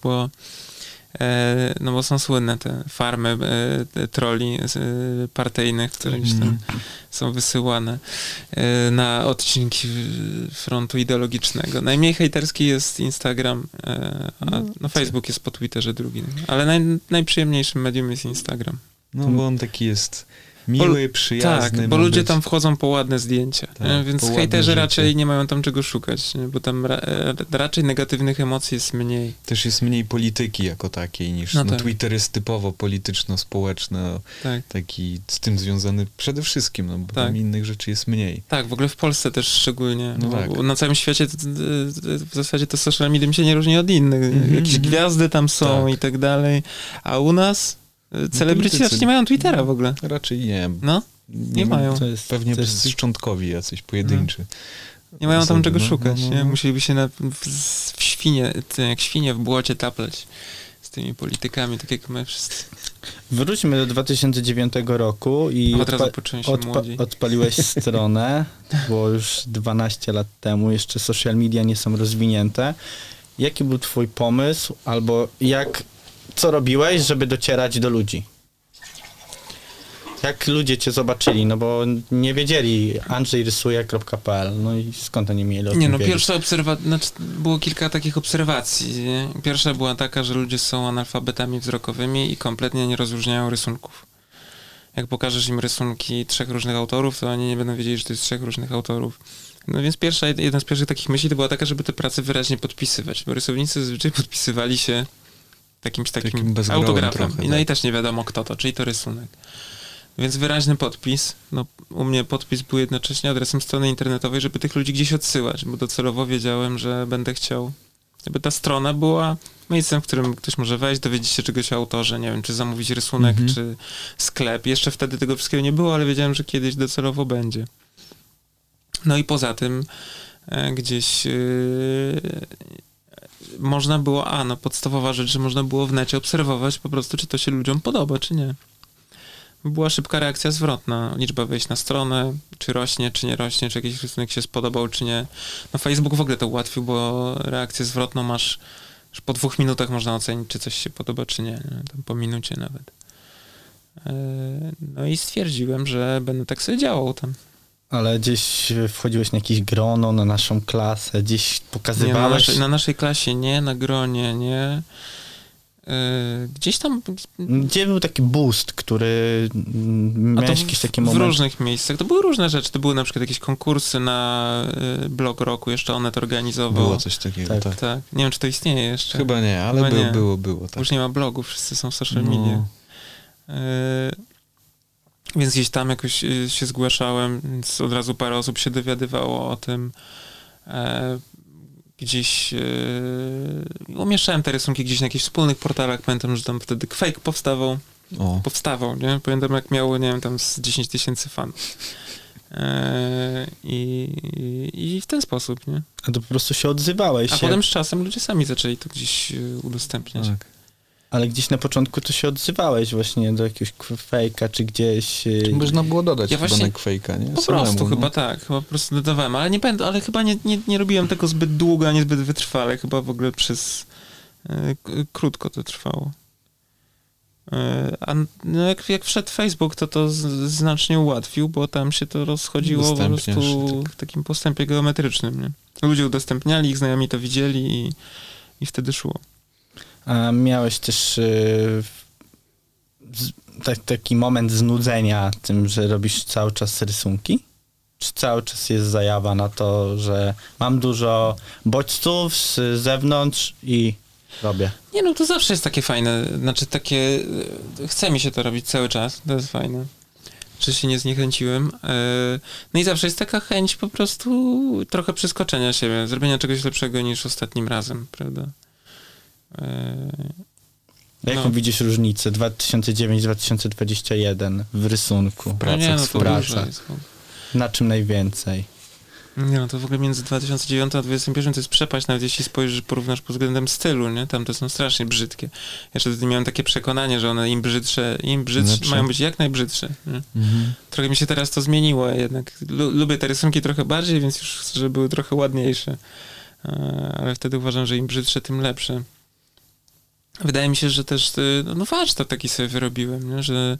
bo są słynne te farmy troli partyjnych, które gdzieś tam są wysyłane na odcinki frontu ideologicznego. Najmniej hejterski jest Instagram, a Facebook jest po Twitterze drugi. Ale najprzyjemniejszym medium jest Instagram. No bo on taki jest miły, przyjazny. Tak, bo ma ludzie być. tam wchodzą po ładne zdjęcia, Tak, więc po ładne hejterzy życie. raczej nie mają tam czego szukać, nie? Bo tam raczej negatywnych emocji jest mniej. Też jest mniej polityki jako takiej niż No no, tak. Twitter jest typowo polityczno-społeczny, Tak. taki z tym związany przede wszystkim, no bo Tak. tam innych rzeczy jest mniej. Tak, w ogóle w Polsce też szczególnie. No bo, tak. bo na całym świecie w zasadzie to social medium się nie różni od innych. Jakieś gwiazdy tam są Tak. i tak dalej. A u nas celebryci politycy. raczej nie mają Twittera w ogóle. Raczej nie. No, nie mają. To jest, Pewnie to jest, szczątkowi jacyś pojedynczy. Nie mają tam Osoby, czego no, szukać. no, no, Nie? no. Musieliby się w świnie, jak świnie w błocie taplać z tymi politykami, tak jak my wszyscy. Wróćmy do 2009 roku i Od razu poczułem się młodziej. odpaliłeś stronę, było już 12 lat temu, jeszcze social media nie są rozwinięte. Jaki był twój pomysł, albo co robiłeś, żeby docierać do ludzi? Jak ludzie cię zobaczyli, no bo nie wiedzieli andrzejrysuje.pl, no i skąd oni mieli o tym Nie, no wiedzieć? pierwsza było kilka takich obserwacji. Nie? Pierwsza była taka, że ludzie są analfabetami wzrokowymi i kompletnie nie rozróżniają rysunków. Jak pokażesz im rysunki 3 różnych autorów, to oni nie będą wiedzieli, że to jest 3 różnych autorów. No więc jedna z pierwszych takich myśli to była taka, żeby te prace wyraźnie podpisywać, bo rysownicy zazwyczaj podpisywali się jakimś takim bezgrołem autografem. trochę, No i tak. też nie wiadomo kto to, czyli to rysunek. Więc wyraźny podpis. No, u mnie podpis był jednocześnie adresem strony internetowej, żeby tych ludzi gdzieś odsyłać, bo docelowo wiedziałem, że będę chciał, żeby ta strona była miejscem, w którym ktoś może wejść, dowiedzieć się czegoś o autorze, nie wiem, czy zamówić rysunek, czy sklep. Jeszcze wtedy tego wszystkiego nie było, ale wiedziałem, że kiedyś docelowo będzie. No i poza tym gdzieś można było, podstawowa rzecz, że można było w necie obserwować po prostu, czy to się ludziom podoba, czy nie. Była szybka reakcja zwrotna, liczba wejść na stronę, czy rośnie, czy nie rośnie, czy jakiś rysunek się spodobał, czy nie. No Facebook w ogóle to ułatwił, bo reakcję zwrotną masz, że po 2 minutach można ocenić, czy coś się podoba, czy nie. Tam po minucie nawet. No i stwierdziłem, że będę tak sobie działał tam. Ale gdzieś wchodziłeś na jakieś grono, na naszą klasę, gdzieś Nie, pokazywałeś... na naszej klasie nie, na gronie nie. Gdzieś tam... Gdzie był taki boost, który miałeś jakieś takie w momenty? różnych miejscach. To były różne rzeczy. To były na przykład jakieś konkursy na blog roku. Jeszcze Onet organizował. Było coś takiego, Tak. tak. Tak. Nie wiem, czy to istnieje jeszcze. Chyba nie, ale Chyba nie. było, tak. Już nie ma blogu, wszyscy są w social No. media. Więc gdzieś tam jakoś się zgłaszałem, więc od razu parę osób się dowiadywało o tym. Gdzieś umieszczałem te rysunki gdzieś na jakichś wspólnych portalach. Pamiętam, że tam wtedy Quake powstawał, nie? Pamiętam, jak miało, nie wiem, tam z 10 000 fanów. I w ten sposób, nie? A to po prostu się odzywałeś. A potem z czasem ludzie sami zaczęli to gdzieś udostępniać. Tak. Ale gdzieś na początku to się odzywałeś właśnie do jakiegoś fejka, czy gdzieś... Można było dodać Ja chyba właśnie- na Quake'a, nie? Po Samemu, prostu no. chyba tak, chyba po prostu dodawałem, ale nie pamiętam, ale chyba nie robiłem tego zbyt długo, a nie zbyt wytrwale, chyba w ogóle przez krótko to trwało. A no jak wszedł Facebook, to znacznie ułatwił, bo tam się to rozchodziło po Udostępniasz, prostu w takim postępie geometrycznym, nie? Ludzie udostępniali, ich znajomi to widzieli i wtedy szło. A miałeś też taki moment znudzenia tym, że robisz cały czas rysunki? Czy cały czas jest zajawa na to, że mam dużo bodźców z zewnątrz i robię. Nie no, to zawsze jest takie fajne, znaczy takie, chce mi się to robić cały czas, to jest fajne, że się nie zniechęciłem. No i zawsze jest taka chęć po prostu trochę przeskoczenia siebie, zrobienia czegoś lepszego niż ostatnim razem, prawda? Jaką widzisz różnicę 2009-2021 w rysunku, w pracach, w pracach? Na czym najwięcej? Nie no, to w ogóle między 2009 a 2021 to jest przepaść, nawet jeśli spojrzysz, porównasz pod względem stylu, nie? Tam to są strasznie brzydkie. Jeszcze wtedy miałem takie przekonanie, że one im brzydsze mają być jak najbrzydsze. Trochę mi się teraz to zmieniło jednak. Lubię te rysunki trochę bardziej, więc już chcę, żeby były trochę ładniejsze. Ale wtedy uważam, że im brzydsze, tym lepsze. Wydaje mi się, że też warsztat taki sobie wyrobiłem, nie? Że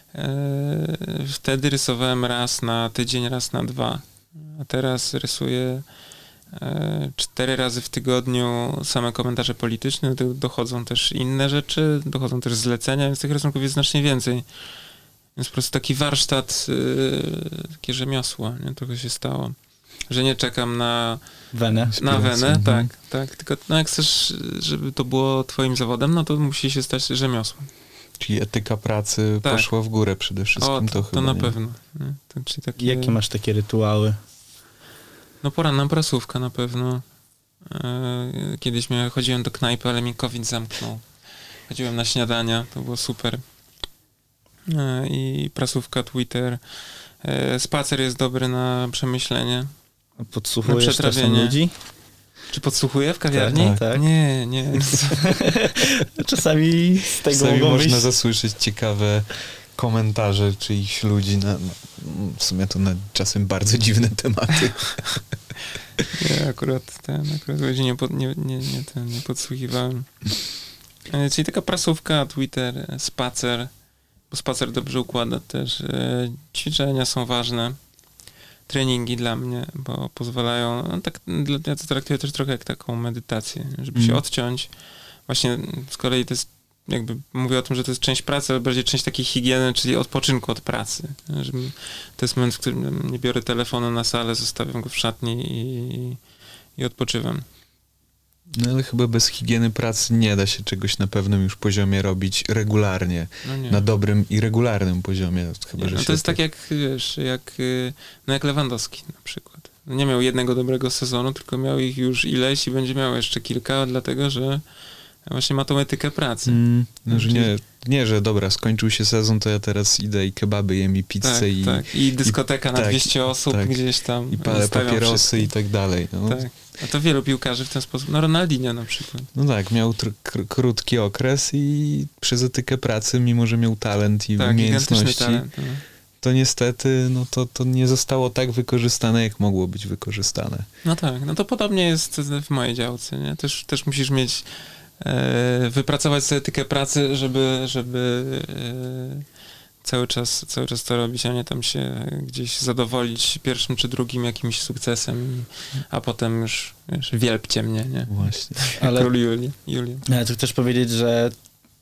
wtedy rysowałem raz na tydzień, raz na 2. A teraz rysuję 4 razy w tygodniu same komentarze polityczne, do tego dochodzą też inne rzeczy, dochodzą też zlecenia, więc tych rysunków jest znacznie więcej. Więc po prostu taki warsztat, takie rzemiosło, nie? Trochę się stało. Że nie czekam na wenę, tak. Tylko jak chcesz, żeby to było twoim zawodem, no to musi się stać rzemiosłem. Czyli etyka pracy poszła w górę przede wszystkim. To na pewno. Nie? Czyli takie... Jakie masz takie rytuały? No poranna prasówka na pewno. Kiedyś chodziłem do knajpy, ale mi COVID zamknął. Chodziłem na śniadania, to było super. I prasówka, Twitter. Spacer jest dobry na przemyślenie. A podsłuchujesz czasem ludzi? Czy podsłuchuję w kawiarni? Tak. Nie. Czasami z tego można zasłyszeć ciekawe komentarze czyichś ludzi w sumie to na czasem bardzo dziwne tematy. Ja akurat ludzi nie podsłuchiwałem. Czyli taka prasówka, Twitter, spacer, bo spacer dobrze układa też. Ćwiczenia są ważne. Treningi dla mnie, bo pozwalają, ja to traktuję też trochę jak taką medytację, żeby się odciąć. Właśnie z kolei to jest, jakby mówię o tym, że to jest część pracy, ale bardziej część takiej higieny, czyli odpoczynku od pracy. To jest moment, w którym nie biorę telefonu na salę, zostawiam go w szatni i odpoczywam. No ale chyba bez higieny pracy nie da się czegoś na pewnym już poziomie robić regularnie. Na dobrym i regularnym poziomie. Chyba, że to jest tak jak, wiesz, jak Lewandowski na przykład. Nie miał jednego dobrego sezonu, tylko miał ich już ileś i będzie miał jeszcze kilka, dlatego że właśnie ma tą etykę pracy. Że nie, że dobra, skończył się sezon, to ja teraz idę i kebaby jem i pizzę i dyskoteka na 200 osób gdzieś tam. I palę papierosy i tak dalej. No. Tak. A to wielu piłkarzy w ten sposób, Ronaldinho na przykład. No tak, miał krótki okres i przez etykę pracy, mimo że miał talent i umiejętności, talent, to niestety to nie zostało tak wykorzystane, jak mogło być wykorzystane. No tak, no to podobnie jest w mojej działce, nie? Też musisz mieć wypracować sobie etykę pracy, żeby cały czas to robić, a nie tam się gdzieś zadowolić pierwszym czy drugim jakimś sukcesem, a potem już, wiesz, wielbcie mnie, nie? Właśnie. Ale Król Julian. Ale tu chcesz powiedzieć, że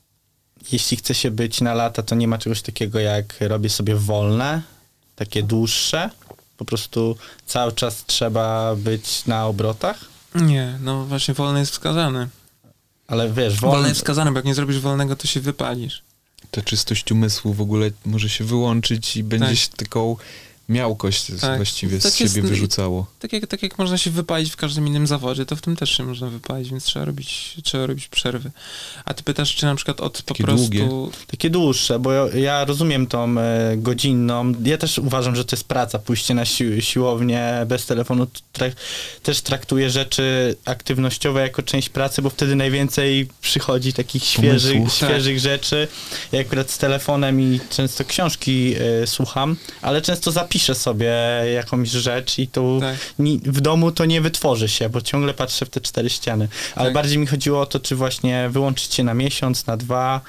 jeśli chce się być na lata, to nie ma czegoś takiego jak robię sobie wolne, takie dłuższe? Po prostu cały czas trzeba być na obrotach? Nie, no właśnie wolne jest wskazane. Ale wiesz, wolne jest wskazane, bo jak nie zrobisz wolnego, to się wypalisz. Ta czystość umysłu w ogóle może się wyłączyć i będzie się taką miałkość właściwie z siebie wyrzucało. Tak jak można się wypalić w każdym innym zawodzie, to w tym też się można wypalić, więc trzeba robić przerwy. A ty pytasz, czy na przykład takie długie. Takie dłuższe, bo ja rozumiem tą godzinną. Ja też uważam, że to jest praca. Pójście na siłownię bez telefonu też traktuję rzeczy aktywnościowe jako część pracy, bo wtedy najwięcej przychodzi takich świeżych rzeczy. Ja akurat z telefonem i często książki słucham, ale często zapiszę sobie jakąś rzecz i to w domu to nie wytworzy się, bo ciągle patrzę w te 4 ściany. Ale bardziej mi chodziło o to, czy właśnie wyłączyć się na miesiąc, na 2,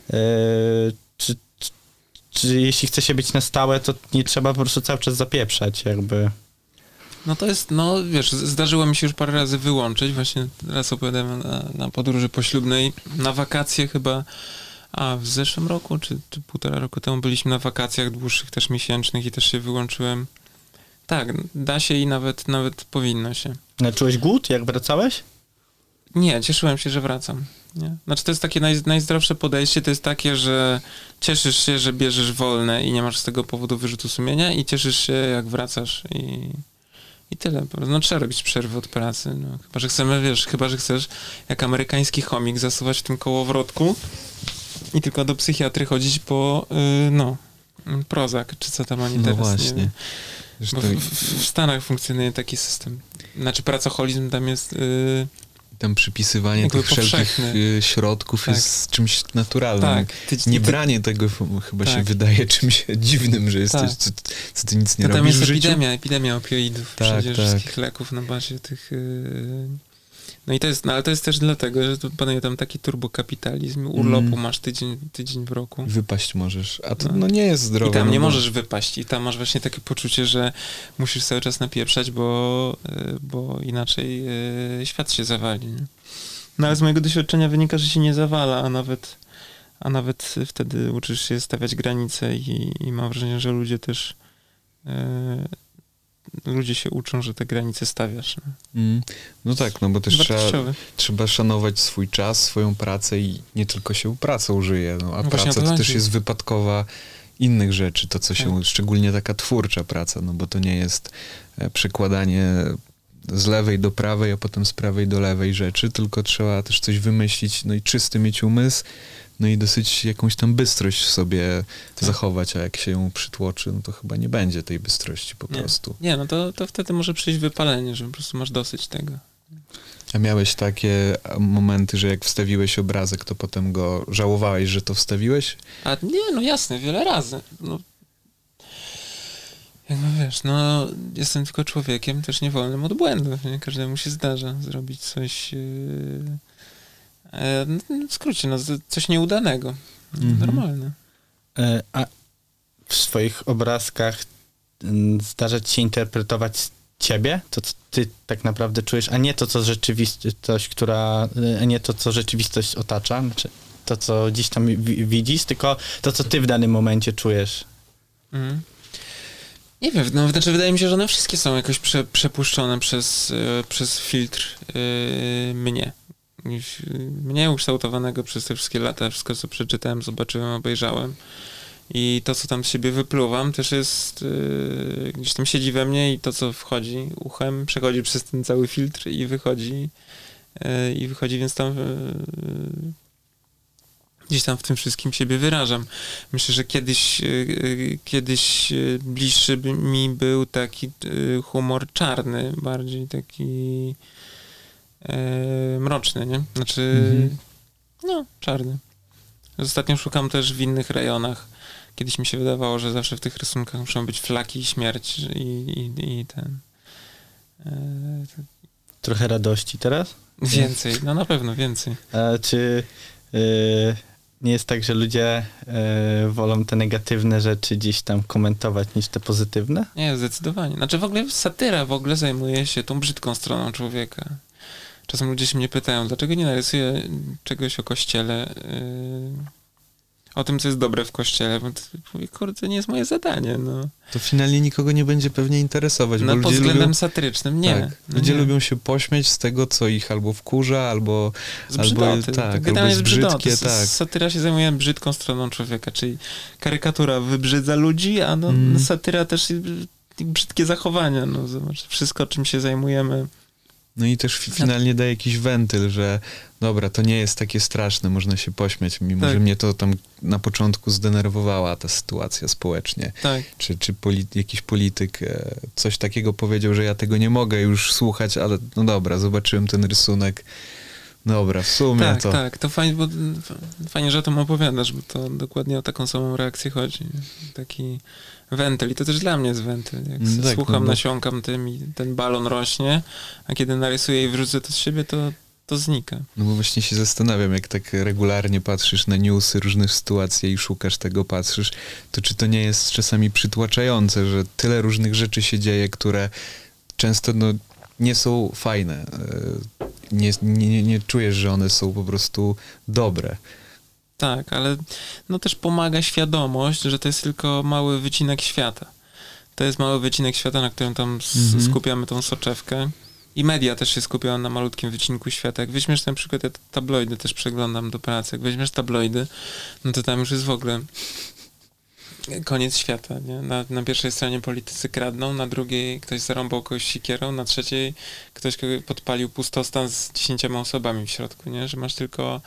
czy jeśli chce się być na stałe, to nie trzeba po prostu cały czas zapieprzać jakby. No to jest, wiesz, zdarzyło mi się już parę razy wyłączyć, właśnie raz opowiadałem na podróży poślubnej, na wakacje chyba. W zeszłym roku, czy 1,5 roku temu byliśmy na wakacjach dłuższych, też miesięcznych i też się wyłączyłem. Tak, da się i nawet powinno się. Czułeś głód, jak wracałeś? Nie, cieszyłem się, że wracam. Nie? Znaczy to jest takie najzdrowsze podejście, to jest takie, że cieszysz się, że bierzesz wolne i nie masz z tego powodu wyrzutu sumienia i cieszysz się, jak wracasz i tyle. No trzeba robić przerwy od pracy. No. Chyba, że chcesz jak amerykański chomik zasuwać w tym kołowrotku i tylko do psychiatry chodzić po Prozac, czy co tam oni No teraz, właśnie. nie wiem. Zresztą Bo w Stanach funkcjonuje taki system. Znaczy pracoholizm tam jest... tam przypisywanie jakby tych wszelkich powszechny. środków Tak. jest czymś naturalnym. Tak. Nie branie tego chyba się Tak. wydaje czymś dziwnym, że jesteś, Tak. co ty nic nie No tam robisz jest w życiu. epidemia opioidów, Tak, przecież tak. wszystkich leków na bazie tych... No i to jest, ale to jest też dlatego, że tu panuje tam taki turbokapitalizm, urlopu masz tydzień w roku. Wypaść możesz, a to nie jest zdrowe. I tam no nie bo- możesz wypaść i tam masz właśnie takie poczucie, że musisz cały czas napieprzać, bo inaczej świat się zawali. Nie? No ale z mojego doświadczenia wynika, że się nie zawala, a nawet wtedy uczysz się stawiać granice i mam wrażenie, że ludzie się uczą, że te granice stawiasz. Nie? No tak, no bo też Wartościowe. trzeba szanować swój czas, swoją pracę i nie tylko się pracą żyje, no, a No właśnie o praca to to też chodzi. jest wypadkowa innych rzeczy, to co się, Tak. szczególnie taka twórcza praca, no bo to nie jest przekładanie z lewej do prawej, a potem z prawej do lewej rzeczy, tylko trzeba też coś wymyślić, no i czysty mieć umysł, no i dosyć jakąś tam bystrość w sobie zachować, a jak się ją przytłoczy, no to chyba nie będzie tej bystrości po prostu. Nie, no to wtedy może przyjść wypalenie, że po prostu masz dosyć tego. A miałeś takie momenty, że jak wstawiłeś obrazek, to potem go żałowałeś, że to wstawiłeś? A nie, no jasne, wiele razy. No, jakby wiesz, no jestem tylko człowiekiem, też nie wolnym od błędów, nie? Każdemu się zdarza zrobić coś, w skrócie, no coś nieudanego. Normalne. A w swoich obrazkach zdarza ci się interpretować ciebie, to co ty tak naprawdę czujesz, a nie to, co rzeczywistość, a nie to, co rzeczywistość otacza, znaczy to, co gdzieś tam widzisz, tylko to, co ty w danym momencie czujesz. Mhm. Nie wiem, no znaczy wydaje mi się, że one wszystkie są jakoś przepuszczone przez filtr mnie ukształtowanego przez te wszystkie lata, wszystko co przeczytałem, zobaczyłem, obejrzałem i to co tam z siebie wypluwam też jest gdzieś tam siedzi we mnie i to co wchodzi uchem przechodzi przez ten cały filtr i wychodzi więc tam gdzieś tam w tym wszystkim siebie wyrażam. Myślę, że kiedyś bliższy mi był taki humor czarny, bardziej taki mroczny, nie? Znaczy, czarny. Ostatnio szukam też w innych rejonach. Kiedyś mi się wydawało, że zawsze w tych rysunkach muszą być flaki i śmierć i ten... Trochę radości teraz? Więcej, no na pewno więcej. A czy nie jest tak, że ludzie wolą te negatywne rzeczy gdzieś tam komentować niż te pozytywne? Nie, zdecydowanie. Znaczy w ogóle satyra zajmuje się tą brzydką stroną człowieka. Czasem ludzie się mnie pytają, dlaczego nie narysuję czegoś o kościele, o tym, co jest dobre w kościele, bo to, mówię, kurde, to nie jest moje zadanie, no. To finalnie nikogo nie będzie pewnie interesować, bo No pod ludzie względem lubią, satyrycznym nie. tak, No ludzie nie. lubią się pośmiać z tego, co ich albo wkurza, albo Z brzydoty. tak, To albo generalnie jest z brzydoty. brzydkie, tak. Satyra się zajmuje brzydką stroną człowieka, czyli karykatura wybrzydza ludzi, a satyra też brzydkie zachowania. No, zobacz, wszystko, czym się zajmujemy. No i też finalnie daje jakiś wentyl, że dobra, to nie jest takie straszne, można się pośmiać, mimo Tak. że mnie to tam na początku zdenerwowała ta sytuacja społecznie. Tak. Czy jakiś polityk coś takiego powiedział, że ja tego nie mogę już słuchać, ale no dobra, zobaczyłem ten rysunek. Dobra, w sumie Tak, to... tak, to fajnie, bo fajnie, że o tym opowiadasz, bo to dokładnie o taką samą reakcję chodzi. Taki wentyl i to też dla mnie jest wentyl. Jak Tak, słucham, no bo- nasiąkam tym i ten balon rośnie, a kiedy narysuję i wrzucę to z siebie, to znika. No bo właśnie się zastanawiam, jak tak regularnie patrzysz na newsy, różne sytuacje i szukasz tego, patrzysz, to czy to nie jest czasami przytłaczające, że tyle różnych rzeczy się dzieje, które często nie są fajne. Nie czujesz, że one są po prostu dobre. Tak, ale no też pomaga świadomość, że to jest tylko mały wycinek świata. To jest mały wycinek świata, na którym tam skupiamy tą soczewkę i media też się skupiają na malutkim wycinku świata. Jak weźmiesz na przykład, ja tabloidy też przeglądam do pracy, jak weźmiesz tabloidy, no to tam już jest w ogóle koniec świata, nie? Na pierwszej stronie politycy kradną, na drugiej ktoś zarąbał kogoś sikierą, na trzeciej ktoś podpalił pustostan z 10 osobami w środku, nie? Że masz tylko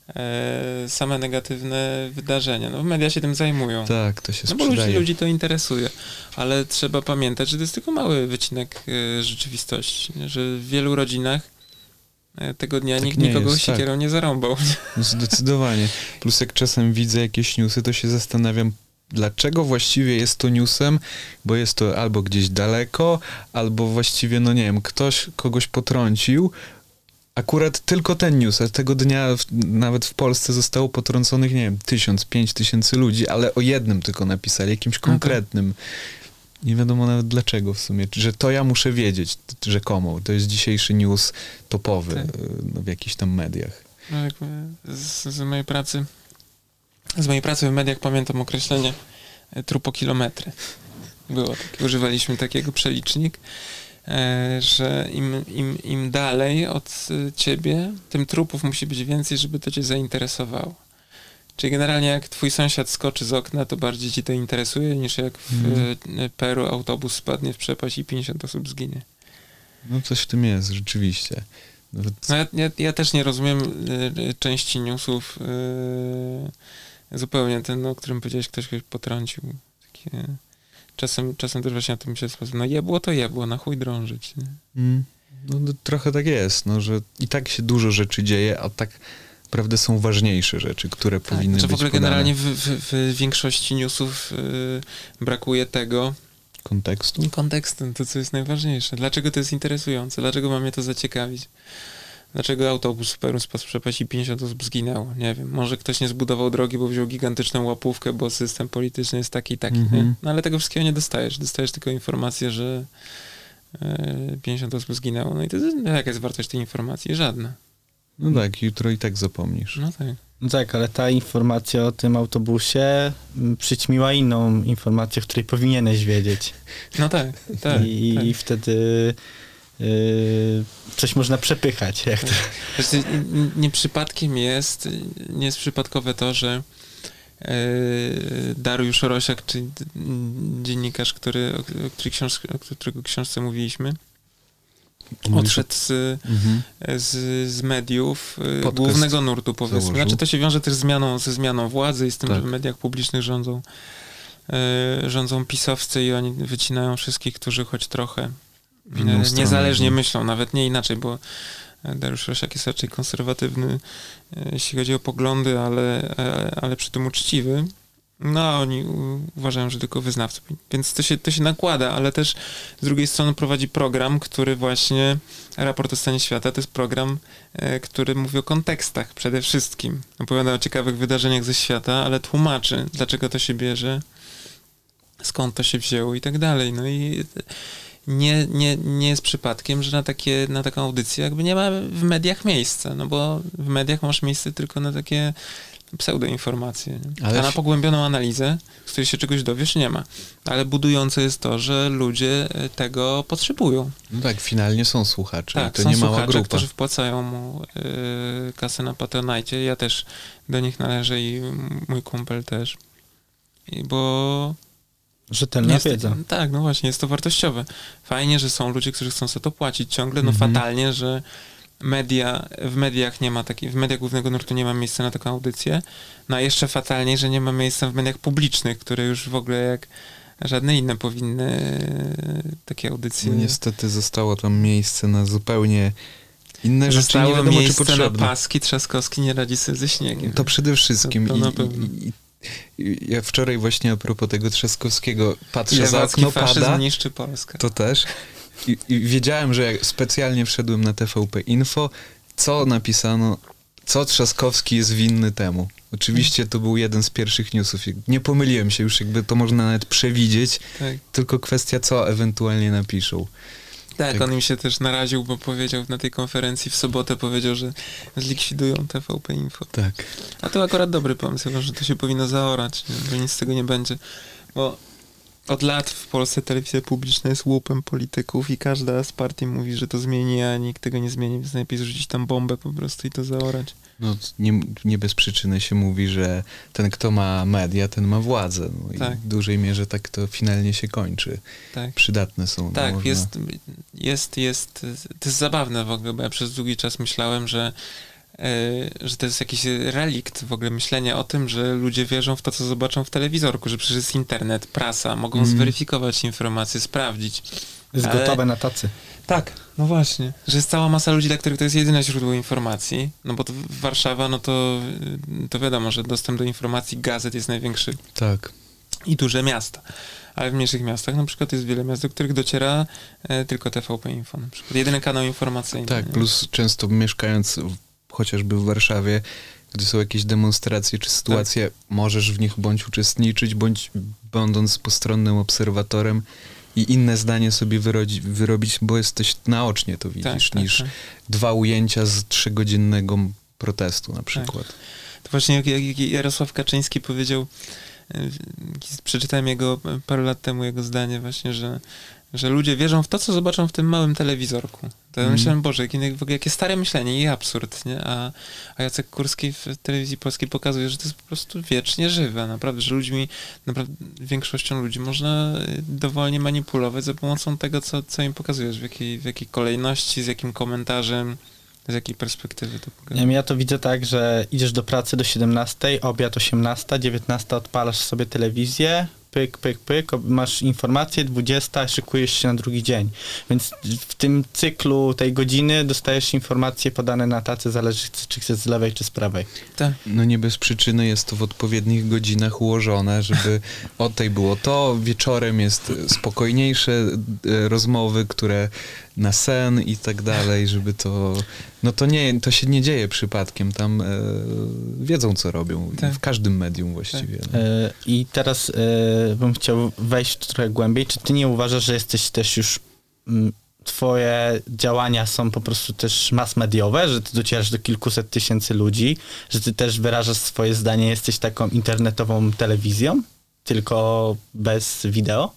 same negatywne wydarzenia. No media się tym zajmują. Tak, to się No bo sprzedaje. ludzi to interesuje, ale trzeba pamiętać, że to jest tylko mały wycinek rzeczywistości, nie? Że w wielu rodzinach tego dnia Tak nikt nie nikogo jest, tak. sikierą nie zarąbał. No zdecydowanie. Plus jak czasem widzę jakieś newsy, to się zastanawiam, dlaczego właściwie jest to newsem, bo jest to albo gdzieś daleko, albo właściwie, no nie wiem, ktoś kogoś potrącił. Akurat tylko ten news, a tego dnia nawet w Polsce zostało potrąconych, nie wiem, 1000, 5000 ludzi, ale o jednym tylko napisali, jakimś konkretnym. Nie wiadomo nawet dlaczego w sumie, że to ja muszę wiedzieć, rzekomo. To jest dzisiejszy news topowy Tak. no, w jakichś tam mediach. No, jakby z mojej pracy w mediach pamiętam określenie trupokilometry. Było takie, używaliśmy takiego przelicznik, że im dalej od ciebie, tym trupów musi być więcej, żeby to cię zainteresowało. Czyli generalnie jak twój sąsiad skoczy z okna, to bardziej ci to interesuje, niż jak w Peru autobus spadnie w przepaść i 50 osób zginie. No coś w tym jest, rzeczywiście. Nawet... No ja też nie rozumiem części newsów zupełnie. Ten, o którym powiedziałeś, ktoś potrącił. Takie... Czasem też właśnie na tym się sposób. No jebło to jebło, na chuj drążyć. Nie? No trochę tak jest, no, że i tak się dużo rzeczy dzieje, a tak naprawdę są ważniejsze rzeczy, które powinny Znaczy być w ogóle podane. generalnie w większości newsów brakuje tego kontekstu, to co jest najważniejsze. Dlaczego to jest interesujące? Dlaczego ma mnie to zaciekawić? Dlaczego autobus w Peru spadł w przepaść i 50 osób zginęło? Nie wiem. Może ktoś nie zbudował drogi, bo wziął gigantyczną łapówkę, bo system polityczny jest taki i taki. Nie? No ale tego wszystkiego nie dostajesz. Dostajesz tylko informację, że 50 osób zginęło. No i to jaka jest wartość tej informacji? Żadna. No tak, jutro i tak zapomnisz. No tak. No tak, ale ta informacja o tym autobusie przyćmiła inną informację, której powinieneś wiedzieć. No tak. I wtedy coś można przepychać. Jak to... Zresztą nie przypadkiem jest, nie jest przypadkowe to, że Dariusz Rosiak, czyli dziennikarz, o którego książce mówiliśmy, odszedł z mediów głównego nurtu, powiedzmy. założył. Znaczy to się wiąże też ze zmianą władzy i z tym, Tak. że w mediach publicznych rządzą pisowcy i oni wycinają wszystkich, którzy choć trochę niezależnie myślą, nawet nie inaczej, bo Dariusz Rosiak jest raczej konserwatywny, jeśli chodzi o poglądy, ale przy tym uczciwy. No, a oni uważają, że tylko wyznawcy. Więc to się nakłada, ale też z drugiej strony prowadzi program, który właśnie, Raport o stanie świata, to jest program, który mówi o kontekstach przede wszystkim. Opowiada o ciekawych wydarzeniach ze świata, ale tłumaczy, dlaczego to się bierze, skąd to się wzięło i tak dalej. No i nie jest przypadkiem, że na taką audycję jakby nie ma w mediach miejsca, no bo w mediach masz miejsce tylko na takie pseudoinformacje. A na pogłębioną analizę, z której się czegoś dowiesz, nie ma. Ale budujące jest to, że ludzie tego potrzebują. No tak, finalnie są słuchacze. Tak, to są nie mała słuchacze, grupa. którzy wpłacają mu kasę na Patronite. Ja też do nich należę i mój kumpel też. Bo rzetelna wiedza. Tak, no właśnie, jest to wartościowe. Fajnie, że są ludzie, którzy chcą sobie to płacić ciągle, no fatalnie, że w mediach głównego nurtu nie ma miejsca na taką audycję, no a jeszcze fatalniej, że nie ma miejsca w mediach publicznych, które już w ogóle jak żadne inne powinny takie audycje... No niestety zostało tam miejsce na zupełnie inne rzeczy, nie wiadomo miejsce czy potrzebne. na paski, Trzaskowski nie radzi sobie ze śniegiem. To przede wszystkim. To na pewno. Ja wczoraj właśnie a propos tego Trzaskowskiego patrzę za Lewacki okno, faszyzm pada. niszczy Polskę. To też. I wiedziałem, że jak specjalnie wszedłem na TVP Info, co napisano, co Trzaskowski jest winny temu. Oczywiście to był jeden z pierwszych newsów. Nie pomyliłem się już, jakby to można nawet przewidzieć, Tak. tylko kwestia, co ewentualnie napiszą. Tak, on im się też naraził, bo powiedział na tej konferencji w sobotę, powiedział, że zlikwidują TVP Info. Tak. A to akurat dobry pomysł, że to się powinno zaorać, nie? Bo nic z tego nie będzie. Bo Od lat w Polsce telewizja publiczna jest łupem polityków i każda z partii mówi, że to zmieni, a nikt tego nie zmieni, więc najlepiej zrzucić tam bombę po prostu i to zaorać. No, nie bez przyczyny się mówi, że ten, kto ma media, ten ma władzę. No, i Tak. w dużej mierze tak to finalnie się kończy. Tak. Przydatne są. Tak, no, to jest zabawne w ogóle, bo ja przez długi czas myślałem, że to jest jakiś relikt w ogóle myślenia o tym, że ludzie wierzą w to, co zobaczą w telewizorku, że przecież jest internet, prasa, mogą zweryfikować informacje, sprawdzić. Jest gotowe na tacy. Tak, no właśnie, że jest cała masa ludzi, dla których to jest jedyne źródło informacji, no bo to Warszawa, no to wiadomo, że dostęp do informacji gazet jest największy Tak. i duże miasta. Ale w mniejszych miastach na przykład jest wiele miast, do których dociera tylko TVP Info na przykład. Jedyny kanał informacyjny. Tak, nie? plus często mieszkając chociażby w Warszawie, gdy są jakieś demonstracje czy sytuacje, możesz w nich bądź uczestniczyć, bądź będąc postronnym obserwatorem i inne zdanie sobie wyrobić, bo jesteś naocznie to widzisz, niż tak. 2 ujęcia z 3-godzinnego protestu na przykład. To właśnie jak Jarosław Kaczyński powiedział, przeczytałem parę lat temu jego zdanie właśnie, że ludzie wierzą w to, co zobaczą w tym małym telewizorku. To ja myślałem, Boże, jakie stare myślenie i absurd, nie? A Jacek Kurski w telewizji polskiej pokazuje, że to jest po prostu wiecznie żywe, naprawdę, że większością ludzi można dowolnie manipulować za pomocą tego, co im pokazujesz, w jakiej kolejności, z jakim komentarzem, z jakiej perspektywy to pokazuje. Ja to widzę tak, że idziesz do pracy do 17, obiad 18, 19 odpalasz sobie telewizję, pyk, pyk, pyk, masz informacje, 20, szykujesz się na drugi dzień. Więc w tym cyklu tej godziny dostajesz informacje podane na tacy, zależy czy chcesz z lewej, czy z prawej. Tak. No nie bez przyczyny jest to w odpowiednich godzinach ułożone, żeby o tej było to, wieczorem jest spokojniejsze rozmowy, które na sen i tak dalej, żeby to... No to się nie dzieje przypadkiem, tam wiedzą, co robią. Tak. W każdym medium właściwie. Tak. No. I teraz bym chciał wejść trochę głębiej. Czy ty nie uważasz, że jesteś też już... twoje działania są po prostu też mass mediowe, że ty docierasz do kilkuset tysięcy ludzi, że ty też wyrażasz swoje zdanie, jesteś taką internetową telewizją, tylko bez wideo?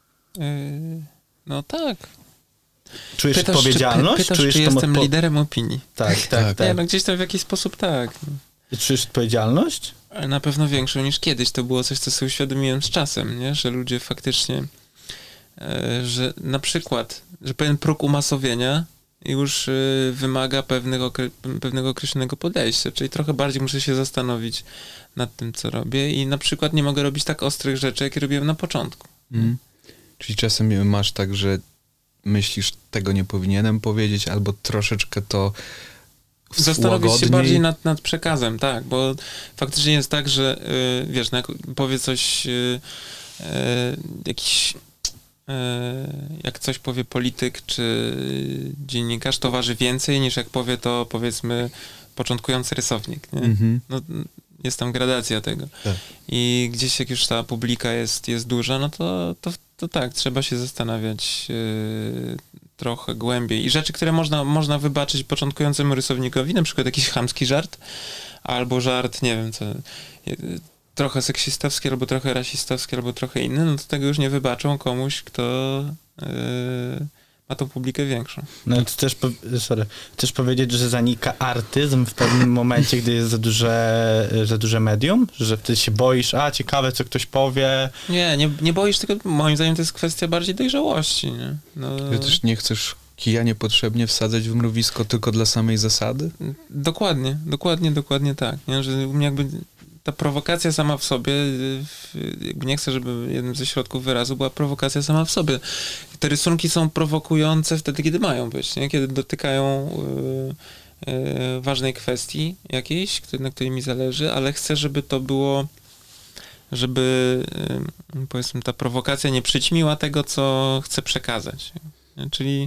No tak. Czujesz Pytasz, odpowiedzialność? Czy Czujesz tą jestem liderem opinii? Tak. Nie, no gdzieś tam w jakiś sposób tak. Czujesz odpowiedzialność? Ale na pewno większą niż kiedyś. To było coś, co sobie uświadomiłem z czasem, nie? Że ludzie faktycznie, że na przykład, że pewien próg umasowienia już wymaga pewnego określonego podejścia, czyli trochę bardziej muszę się zastanowić nad tym, co robię i na przykład nie mogę robić tak ostrych rzeczy, jakie robiłem na początku. Czyli czasem masz tak, że myślisz, tego nie powinienem powiedzieć, albo troszeczkę to zastanowić się bardziej nad przekazem, tak, bo faktycznie jest tak, że wiesz, no jak powie coś jak coś powie polityk czy dziennikarz, to waży więcej niż jak powie to, powiedzmy, początkujący rysownik, nie? No, jest tam gradacja tego. Tak. I gdzieś jak już ta publika jest duża, no to tak, trzeba się zastanawiać trochę głębiej. I rzeczy, które można wybaczyć początkującemu rysownikowi, na przykład jakiś chamski żart, albo żart, nie wiem co, trochę seksistowski, albo trochę rasistowski, albo trochę inny, no to tego już nie wybaczą komuś, kto ma tą publikę większą. No to chcesz powiedzieć, że zanika artyzm w pewnym momencie, gdy jest za duże medium? Że ty się boisz, ciekawe, co ktoś powie? Nie boisz, tylko moim zdaniem to jest kwestia bardziej dojrzałości, nie? No... Że też nie chcesz kija niepotrzebnie wsadzać w mrowisko tylko dla samej zasady? Dokładnie tak. Nie? Że u mnie jakby ta prowokacja sama w sobie, jakby nie chcę, żeby jednym ze środków wyrazu była prowokacja sama w sobie. Te rysunki są prowokujące wtedy, kiedy mają być, nie? Kiedy dotykają ważnej kwestii jakiejś, na której mi zależy, ale chcę, żeby to było, żeby powiedzmy ta prowokacja nie przyćmiła tego, co chcę przekazać. Czyli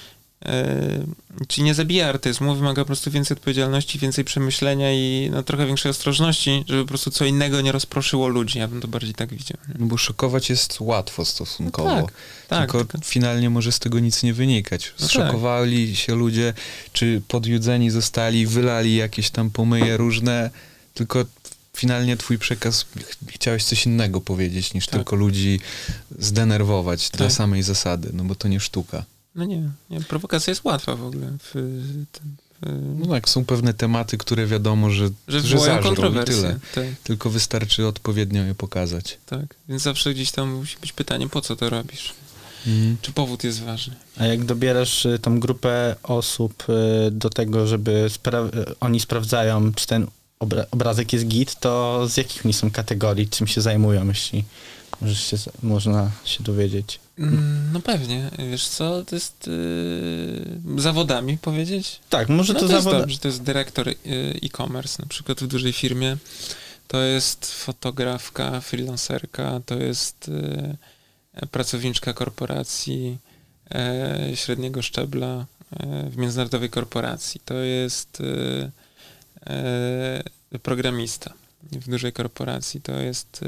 nie zabija artyzmu, wymaga po prostu więcej odpowiedzialności, więcej przemyślenia i trochę większej ostrożności, żeby po prostu co innego nie rozproszyło ludzi. Ja bym to bardziej tak widział. Nie? No bo szokować jest łatwo stosunkowo. No tak, tylko finalnie może z tego nic nie wynikać. Zszokowali się ludzie, czy podjudzeni zostali, wylali jakieś tam pomyje różne, tylko finalnie twój przekaz chciałeś coś innego powiedzieć, niż Tak. tylko ludzi zdenerwować dla Tak. samej zasady, no bo to nie sztuka. No nie, prowokacja jest łatwa w ogóle. No tak, są pewne tematy, które wiadomo, że wywołają zażrą i kontrowersje. tyle. Tak, Tylko wystarczy odpowiednio je pokazać. tak. Więc zawsze gdzieś tam musi być pytanie, po co to robisz? Czy powód jest ważny? A jak dobierasz tą grupę osób do tego, żeby oni sprawdzają, czy ten obrazek jest git, to z jakich oni są kategorii, czym się zajmują, jeśli można się dowiedzieć? No pewnie. Wiesz co, to jest zawodami powiedzieć? Tak, może No to to jest zawód... dobrze, to jest dyrektor e-commerce, na przykład w dużej firmie. To jest fotografka, freelancerka, to jest pracowniczka korporacji średniego szczebla w międzynarodowej korporacji. To jest programista w dużej korporacji. To jest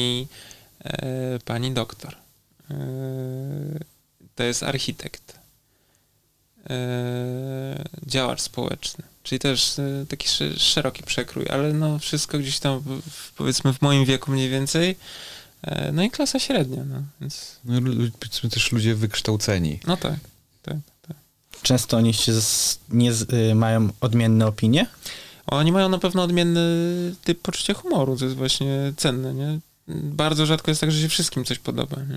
pani doktor. To jest architekt. Działacz społeczny. Czyli też taki szeroki przekrój, ale no wszystko gdzieś tam powiedzmy w moim wieku mniej więcej. No i klasa średnia, no więc... No, powiedzmy też ludzie wykształceni. No tak. Często oni się mają odmienne opinie? Oni mają na pewno odmienny typ poczucia humoru, co jest właśnie cenne, nie? Bardzo rzadko jest tak, że się wszystkim coś podoba, nie?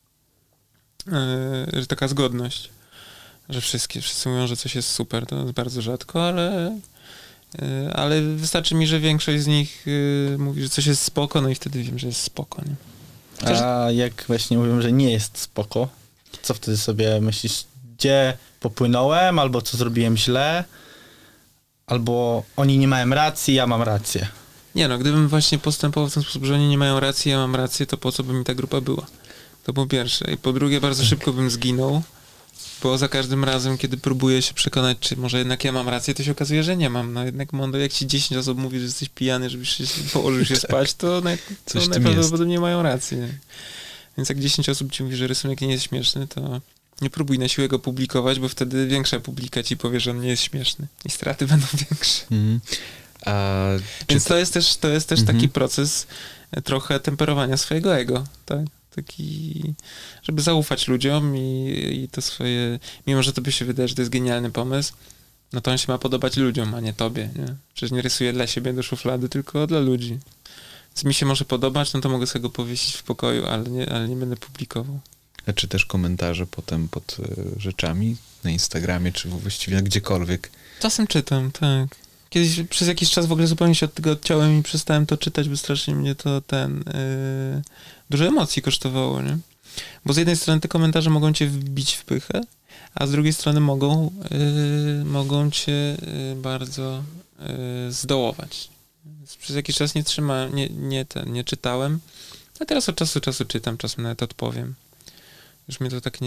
Że taka zgodność, że wszyscy mówią, że coś jest super, to jest bardzo rzadko, ale wystarczy mi, że większość z nich mówi, że coś jest spoko, no i wtedy wiem, że jest spoko, nie? A jak właśnie mówią, że nie jest spoko, to co wtedy sobie myślisz, gdzie popłynąłem, albo co zrobiłem źle, albo oni nie mają racji, ja mam rację. Nie no, gdybym właśnie postępował w ten sposób, że oni nie mają racji, ja mam rację, to po co by mi ta grupa była? To po pierwsze. I po drugie, bardzo szybko bym zginął, bo za każdym razem, kiedy próbuję się przekonać, czy może jednak ja mam rację, to się okazuje, że nie mam. No jednak mądro, jak ci 10 osób mówi, że jesteś pijany, żebyś się położył się spać, to najprawdopodobniej mają rację. Więc jak 10 osób ci mówi, że rysunek nie jest śmieszny, to nie próbuj na siłę go publikować, bo wtedy większa publika ci powie, że on nie jest śmieszny. I straty będą większe. Więc to jest też taki proces trochę temperowania swojego ego, tak? Taki, żeby zaufać ludziom i to swoje, mimo że tobie się wydaje, że to jest genialny pomysł, no to on się ma podobać ludziom, a nie tobie, nie? Przecież nie rysuję dla siebie do szuflady, tylko dla ludzi. Więc mi się może podobać, no to mogę sobie go powiesić w pokoju, ale nie będę publikował. A czy też komentarze potem pod rzeczami na Instagramie, czy właściwie gdziekolwiek? Czasem czytam, tak. Kiedyś przez jakiś czas w ogóle zupełnie się od tego odciąłem i przestałem to czytać, bo strasznie mnie to dużo emocji kosztowało, nie? Bo z jednej strony te komentarze mogą cię wbić w pychę, a z drugiej strony mogą cię bardzo zdołować. Przez jakiś czas nie trzymałem, nie czytałem, a teraz od czasu do czasu czytam, czasem nawet odpowiem. Już mnie to tak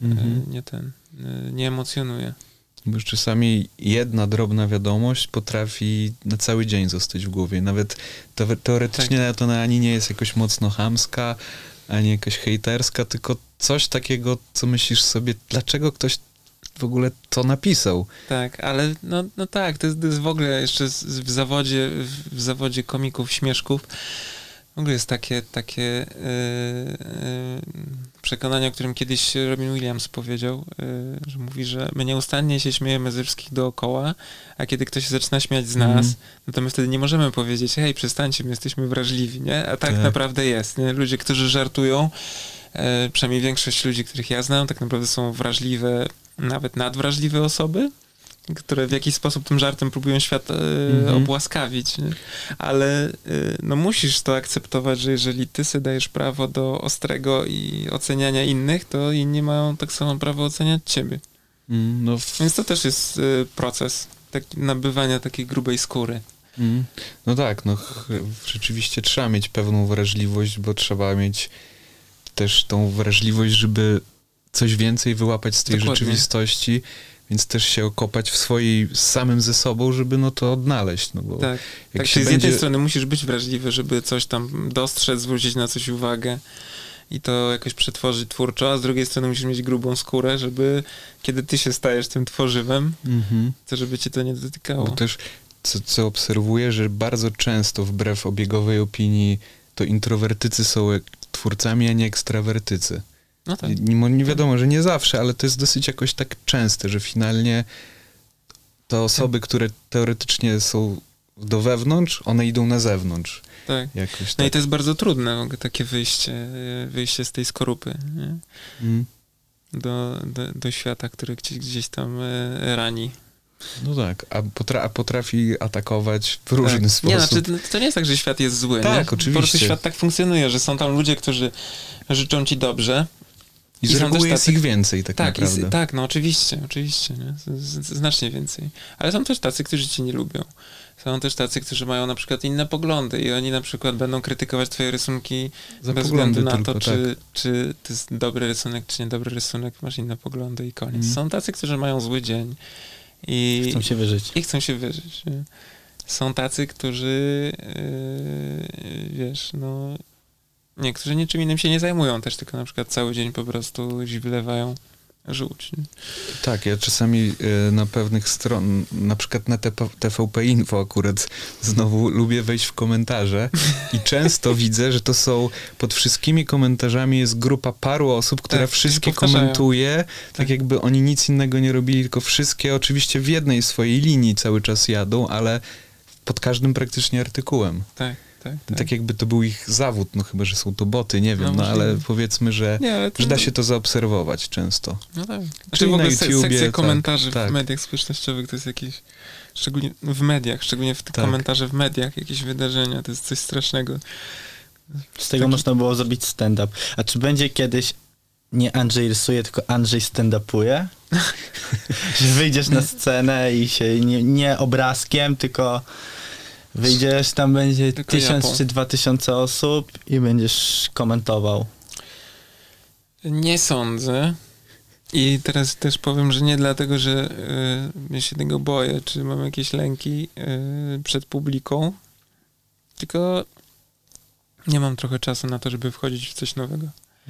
nie emocjonuje. Bo już czasami jedna drobna wiadomość potrafi na cały dzień zostać w głowie. Nawet teoretycznie Tak. to ani nie jest jakoś mocno chamska, ani jakaś hejterska, tylko coś takiego, co myślisz sobie, dlaczego ktoś w ogóle to napisał. Tak, ale no tak, to jest w ogóle jeszcze w zawodzie komików, śmieszków, w ogóle jest takie przekonanie, o którym kiedyś Robin Williams powiedział, że mówi, że my nieustannie się śmiejemy ze wszystkich dookoła, a kiedy ktoś się zaczyna śmiać z nas, no to my wtedy nie możemy powiedzieć, hej, przestańcie, my jesteśmy wrażliwi, nie? A tak naprawdę jest, nie? Ludzie, którzy żartują, przynajmniej większość ludzi, których ja znam, tak naprawdę są wrażliwe, nawet nadwrażliwe osoby, które w jakiś sposób tym żartem próbują świat obłaskawić, nie? Ale no musisz to akceptować, że jeżeli ty sobie dajesz prawo do ostrego i oceniania innych, to inni mają tak samo prawo oceniać ciebie. Więc to też jest proces nabywania takiej grubej skóry. No tak, no rzeczywiście trzeba mieć pewną wrażliwość, bo trzeba mieć też tą wrażliwość, żeby coś więcej wyłapać z tej rzeczywistości, więc też się okopać w swojej samym ze sobą, żeby no to odnaleźć. No bo tak, jak z jednej strony musisz być wrażliwy, żeby coś tam dostrzec, zwrócić na coś uwagę i to jakoś przetworzyć twórczo, a z drugiej strony musisz mieć grubą skórę, żeby kiedy ty się stajesz tym tworzywem, to żeby cię to nie dotykało. Bo też co obserwuję, że bardzo często wbrew obiegowej opinii to introwertycy są twórcami, a nie ekstrawertycy. No tak. Nie wiadomo, że nie zawsze, ale to jest dosyć jakoś tak częste, że finalnie te osoby, które teoretycznie są do wewnątrz, one idą na zewnątrz. Tak. Jakoś No tak. i to jest bardzo trudne, takie wyjście z tej skorupy, nie? Do świata, który gdzieś tam rani. No tak, a potrafi atakować w różny sposób. Nie, znaczy, to nie jest tak, że świat jest zły, tak, nie? oczywiście. Po prostu świat tak funkcjonuje, że są tam ludzie, którzy życzą ci dobrze. I z reguły jest ich więcej tak naprawdę. Tak, no oczywiście, nie? Znacznie więcej. Ale są też tacy, którzy cię nie lubią. Są też tacy, którzy mają na przykład inne poglądy i oni na przykład będą krytykować twoje rysunki Za bez względu na tylko, to, czy to jest dobry rysunek, czy niedobry rysunek, masz inne poglądy i koniec. Są tacy, którzy mają zły dzień i chcą się wyżyć. Nie? Są tacy, którzy niektórzy niczym innym się nie zajmują też, tylko na przykład cały dzień po prostu gdzieś wylewają żółć. Nie? Tak, ja czasami na pewnych stron, na przykład na TVP Info akurat znowu lubię wejść w komentarze i często widzę, że to są pod wszystkimi komentarzami jest grupa paru osób, która wszystkie komentuje, tak jakby oni nic innego nie robili, tylko wszystkie oczywiście w jednej swojej linii cały czas jadą, ale pod każdym praktycznie artykułem. Tak jakby to był ich zawód, no chyba, że są to boty, nie wiem, ale powiedzmy, że da się to zaobserwować często. No tak. Znaczy w ogóle sekcja komentarzy w mediach społecznościowych to jest jakieś, szczególnie w mediach, szczególnie w tych komentarzach w mediach, jakieś wydarzenia, to jest coś strasznego. Z tego można było zrobić stand-up. A czy będzie kiedyś nie Andrzej rysuje, tylko Andrzej stand-upuje? Że wyjdziesz na scenę i się nie obrazkiem, tylko wyjdziesz, tam będzie tylko 1000 czy 2000 osób i będziesz komentował. Nie sądzę. I teraz też powiem, że nie dlatego, że ja się tego boję, czy mam jakieś lęki przed publiką, tylko nie mam trochę czasu na to, żeby wchodzić w coś nowego.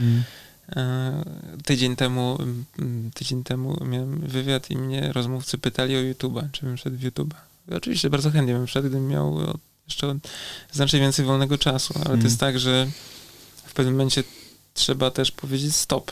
Tydzień temu miałem wywiad i mnie rozmówcy pytali o YouTube'a, czy bym szedł w YouTube'a. Oczywiście bardzo chętnie bym wszedł, gdybym miał jeszcze znacznie więcej wolnego czasu, ale to jest tak, że w pewnym momencie trzeba też powiedzieć stop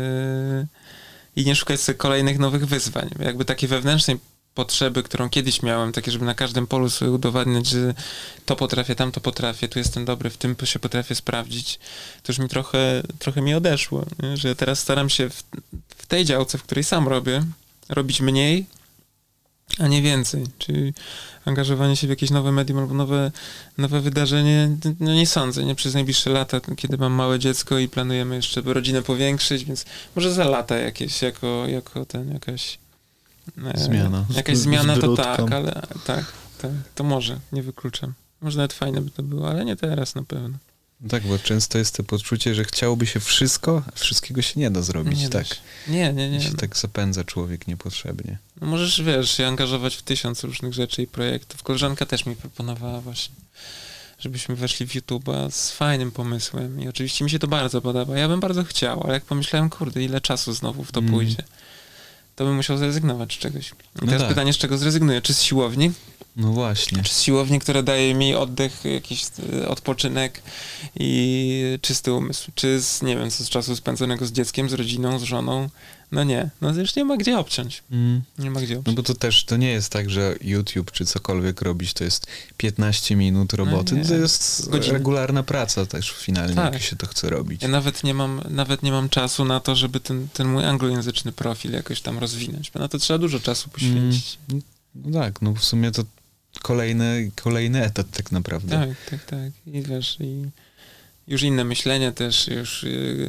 i nie szukać sobie kolejnych nowych wyzwań. Jakby takiej wewnętrznej potrzeby, którą kiedyś miałem, takie, żeby na każdym polu sobie udowadniać, że to potrafię, tam to potrafię, tu jestem dobry, w tym się potrafię sprawdzić, to już mi trochę mi odeszło, nie? Że teraz staram się w tej działce, w której sam robię, robić mniej, a nie więcej. Czyli angażowanie się w jakieś nowe medium albo nowe wydarzenie, no nie sądzę, nie przez najbliższe lata, kiedy mam małe dziecko i planujemy jeszcze rodzinę powiększyć, więc może za lata jakieś, jakaś zmiana. Jakaś zmiana to tak, ale tak, to może, nie wykluczam. Może nawet fajne by to było, ale nie teraz na pewno. Tak, bo często jest to poczucie, że chciałoby się wszystko, a wszystkiego się nie da zrobić, nie tak. Nie. Się tak zapędza człowiek niepotrzebnie. No możesz, się angażować w 1000 różnych rzeczy i projektów. Koleżanka też mi proponowała właśnie, żebyśmy weszli w YouTube'a z fajnym pomysłem i oczywiście mi się to bardzo podoba. Ja bym bardzo chciał, ale jak pomyślałem, kurde, ile czasu znowu w to pójdzie, to bym musiał zrezygnować z czegoś. I teraz pytanie, z czego zrezygnuję? Czy z siłowni? No właśnie. Czy z siłowni, która daje mi oddech, jakiś odpoczynek i czysty umysł? Czy z czasu spędzonego z dzieckiem, z rodziną, z żoną? No nie. No już nie ma gdzie obciąć. Nie ma gdzie obciąć. No bo to nie jest tak, że YouTube czy cokolwiek robić to jest 15 minut roboty. No to jest regularna praca też finalnie, jak się to chce robić. Ja nawet nie mam czasu na to, żeby ten mój anglojęzyczny profil jakoś tam rozwinąć. Bo na to trzeba dużo czasu poświęcić. No tak, no w sumie to kolejny etap tak naprawdę. Tak. I i już inne myślenie też, już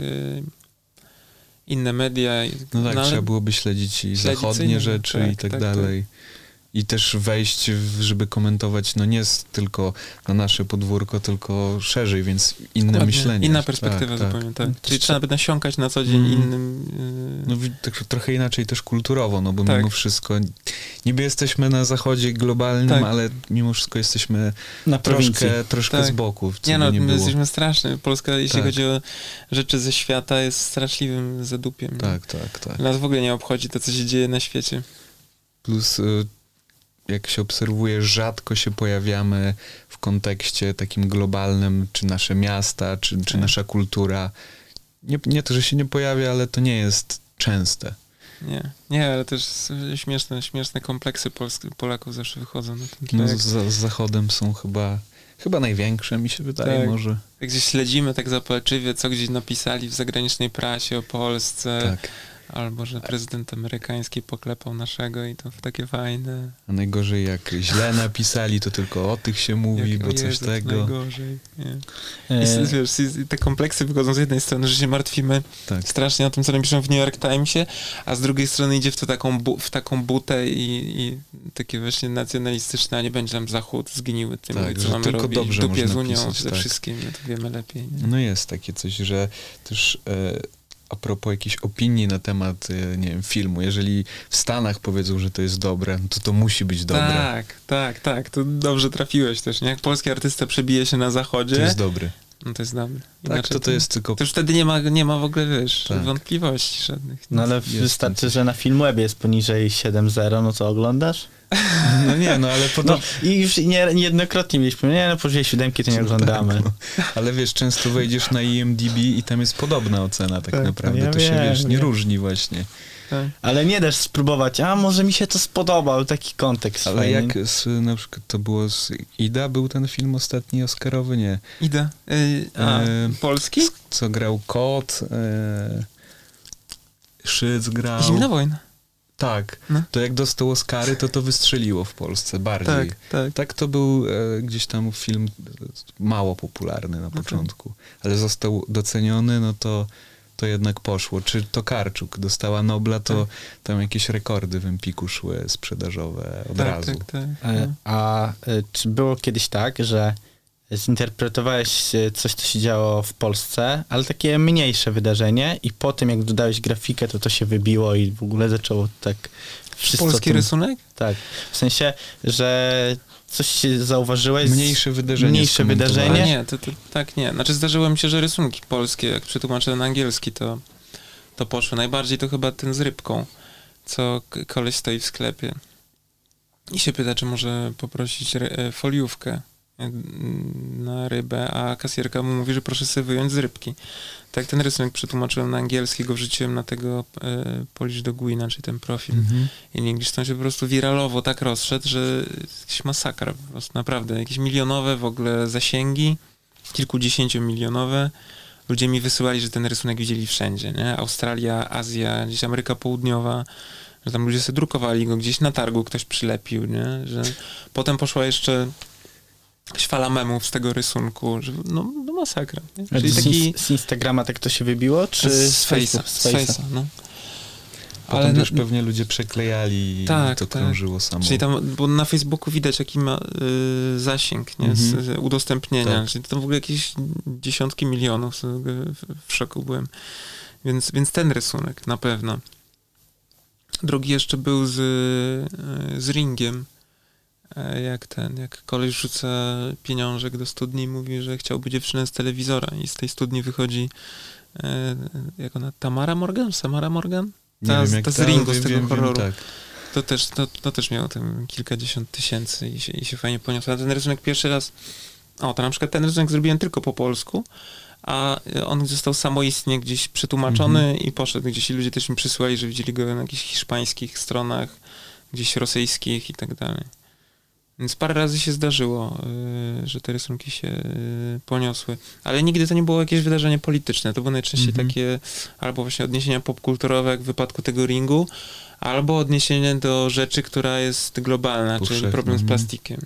inne media. No tak, trzeba byłoby śledzić i zachodnie rzeczy i tak dalej. I też wejść, żeby komentować, no nie tylko na nasze podwórko, tylko szerzej, więc inne myślenie. Inna perspektywa zupełnie, tak. Czyli trzeba by nasiąkać na co dzień innym... No tak trochę inaczej też kulturowo, no bo mimo wszystko niby jesteśmy na zachodzie globalnym, ale mimo wszystko jesteśmy na troszkę z boku. My jesteśmy straszni. Polska, jeśli chodzi o rzeczy ze świata, jest straszliwym zadupiem. Tak. Nas w ogóle nie obchodzi to, co się dzieje na świecie. Plus... jak się obserwuje, rzadko się pojawiamy w kontekście takim globalnym, czy nasze miasta, czy nasza kultura. Nie to, że się nie pojawia, ale to nie jest częste. Nie, ale też śmieszne kompleksy Polaków zawsze wychodzą na ten tle. No, z Zachodem są chyba największe, mi się wydaje, Tak. może. Jak gdzieś śledzimy tak zapalczywie, co gdzieś napisali w zagranicznej prasie o Polsce, Tak. albo że prezydent amerykański poklepał naszego i to takie fajne. A najgorzej, jak źle napisali, to tylko o tych się mówi, bo coś Jezu, tego. Najgorzej. Nie. Wiesz, te kompleksy wychodzą z jednej strony, że się martwimy Tak. strasznie o tym, co napiszą w New York Timesie, a z drugiej strony idzie w taką butę i takie właśnie nacjonalistyczne, a nie będzie nam Zachód zgniły tym, Tak, co że mamy tylko robić dobrze w dupie można z Unią, pisać, ze tak. wszystkim, no to wiemy lepiej. Nie? No jest takie coś, że też a propos jakichś opinii na temat, nie wiem, filmu, jeżeli w Stanach powiedzą, że to jest dobre, to musi być dobre. Tak, to dobrze trafiłeś też, nie? Jak polski artysta przebije się na Zachodzie, To jest dobry. no to jest dobry. Tak, Inaczej to jest tylko... to już wtedy nie ma w ogóle, wiesz, Tak. wątpliwości żadnych. No ale Jest wystarczy, ten- że na Filmwebie jest poniżej 7.0, no to oglądasz? No nie, no ale No podobno... i już niejednokrotnie mieliśmy, nie no powyżej 7 to nie oglądamy. Ale wiesz, często wejdziesz na IMDb i tam jest podobna ocena tak Tak, naprawdę. ja To się, wiem, wiesz, nie wiem. różni właśnie. Tak. Ale nie dasz spróbować, a może mi się to spodobał, taki kontekst Ale fajny. jak na przykład to było z Ida, był ten film ostatni Oscarowy? Nie. Ida. Polski? Co grał Kot, Szyc grał. Zimna wojna. Tak. No. To jak dostał Oscary, to wystrzeliło w Polsce bardziej. Tak. Tak, to był gdzieś tam film mało popularny na początku, ale został doceniony, no to jednak poszło. Czy Tokarczuk dostała Nobla, to tam jakieś rekordy w Empiku szły sprzedażowe od razu. Tak. Czy było kiedyś tak, że zinterpretowałeś coś, co się działo w Polsce, ale takie mniejsze wydarzenie i po tym, jak dodałeś grafikę, to się wybiło i w ogóle zaczęło tak wszystko... Polski rysunek? Tak. W sensie, że coś się zauważyłeś... Mniejsze wydarzenie. Mniejsze skomentowałeś. wydarzenie? A nie, to tak nie. Znaczy zdarzyło mi się, że rysunki polskie, jak przetłumaczyłem na angielski, to poszły. Najbardziej to chyba ten z rybką, co koleś stoi w sklepie i się pyta, czy może poprosić foliówkę na rybę, a kasjerka mu mówi, że proszę sobie wyjąć z rybki. Tak ten rysunek przetłumaczyłem na angielski, go wrzuciłem na tego Polish Dogwina, czyli ten profil. I gdzieś tam się po prostu wiralowo tak rozszedł, że jakaś masakra po prostu, naprawdę. Jakieś milionowe w ogóle zasięgi, kilkudziesięciomilionowe. Ludzie mi wysyłali, że ten rysunek widzieli wszędzie, nie? Australia, Azja, gdzieś Ameryka Południowa, że tam ludzie sobie drukowali go, gdzieś na targu ktoś przylepił, nie? Że potem poszła jeszcze jakaś fala memów z tego rysunku, że no masakra. Nie? A Czyli taki... z Instagrama tak to się wybiło, czy z Face'a, no. Potem Ale też pewnie ludzie przeklejali i tak, to tak. krążyło samo. Czyli tam, bo na Facebooku widać jaki ma zasięg, nie? Z udostępnienia. Tak. Czyli tam w ogóle jakieś dziesiątki milionów. W szoku byłem. Więc ten rysunek na pewno. Drugi jeszcze był z ringiem. Jak koleś rzuca pieniążek do studni i mówi, że chciałby dziewczynę z telewizora i z tej studni wychodzi jak ona? Samara Morgan? Ta z ringu, z tego horroru. Tak. To też miało tam kilkadziesiąt tysięcy i się fajnie poniosło. A ten rysunek pierwszy raz... to na przykład ten rysunek zrobiłem tylko po polsku, a on został samoistnie gdzieś przetłumaczony i poszedł gdzieś i ludzie też mi przysłali, że widzieli go na jakichś hiszpańskich stronach, gdzieś rosyjskich i tak dalej. Więc parę razy się zdarzyło, że te rysunki się poniosły. Ale nigdy to nie było jakieś wydarzenie polityczne. To były najczęściej takie albo właśnie odniesienia popkulturowe, jak w wypadku tego ringu, albo odniesienie do rzeczy, która jest globalna, czyli problem z plastikiem.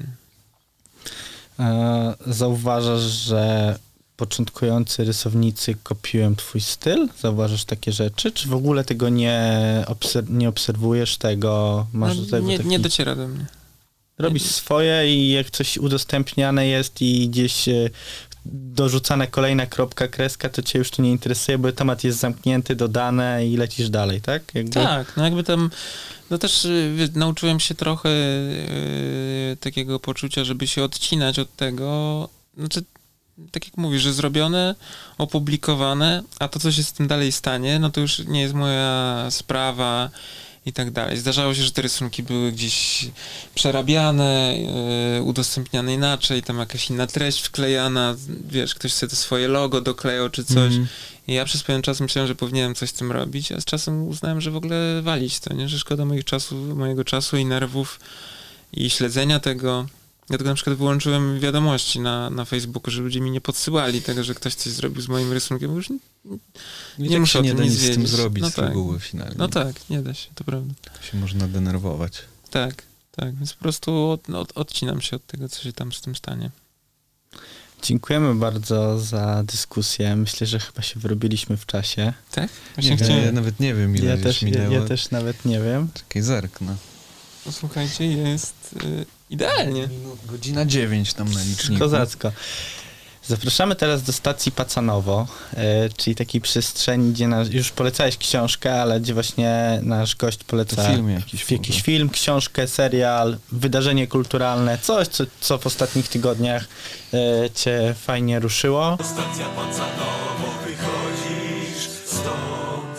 Zauważasz, że początkujący rysownicy kopiują twój styl? Zauważasz takie rzeczy? Czy w ogóle tego nie obserwujesz tego? Masz do tego Nie dociera do mnie. Robisz swoje i jak coś udostępniane jest i gdzieś dorzucana kolejna kropka, kreska, to cię już to nie interesuje, bo temat jest zamknięty, dodane i lecisz dalej, tak? Tak, no jakby tam, no też nauczyłem się trochę takiego poczucia, żeby się odcinać od tego, znaczy, tak jak mówisz, że zrobione, opublikowane, a to, co się z tym dalej stanie, no to już nie jest moja sprawa i tak dalej. Zdarzało się, że te rysunki były gdzieś przerabiane, udostępniane inaczej, tam jakaś inna treść wklejana, wiesz, ktoś sobie to swoje logo doklejał czy coś. I ja przez pewien czas myślałem, że powinienem coś z tym robić, a z czasem uznałem, że w ogóle walić to, nie? Że szkoda mojego czasu i nerwów i śledzenia tego. Dlatego na przykład wyłączyłem wiadomości na Facebooku, że ludzie mi nie podsyłali tego, że ktoś coś zrobił z moim rysunkiem, bo już nie tak muszę się o nie tym da nic nic z tym wiedzieć. zrobić No z tak. reguły finalnie. No tak, nie da się, to prawda. Się można denerwować. Tak, więc po prostu odcinam się od tego, co się tam z tym stanie. Dziękujemy bardzo za dyskusję. Myślę, że chyba się wyrobiliśmy w czasie. Tak? Nie Właśnie wiem, chciałem... ja nawet nie wiem, ile już minęło. Ja też nawet nie wiem. Czekaj, zerknę. No, słuchajcie, jest idealnie. Godzina 9 tam na liczniku. Kozacko. Zapraszamy teraz do stacji Pacanowo, czyli takiej przestrzeni, gdzie już polecałeś książkę, ale gdzie właśnie nasz gość poleca To film jakiś film, książkę, serial, wydarzenie kulturalne, coś, co w ostatnich tygodniach cię fajnie ruszyło. Stacja Pacanowo, wychodzisz stąd.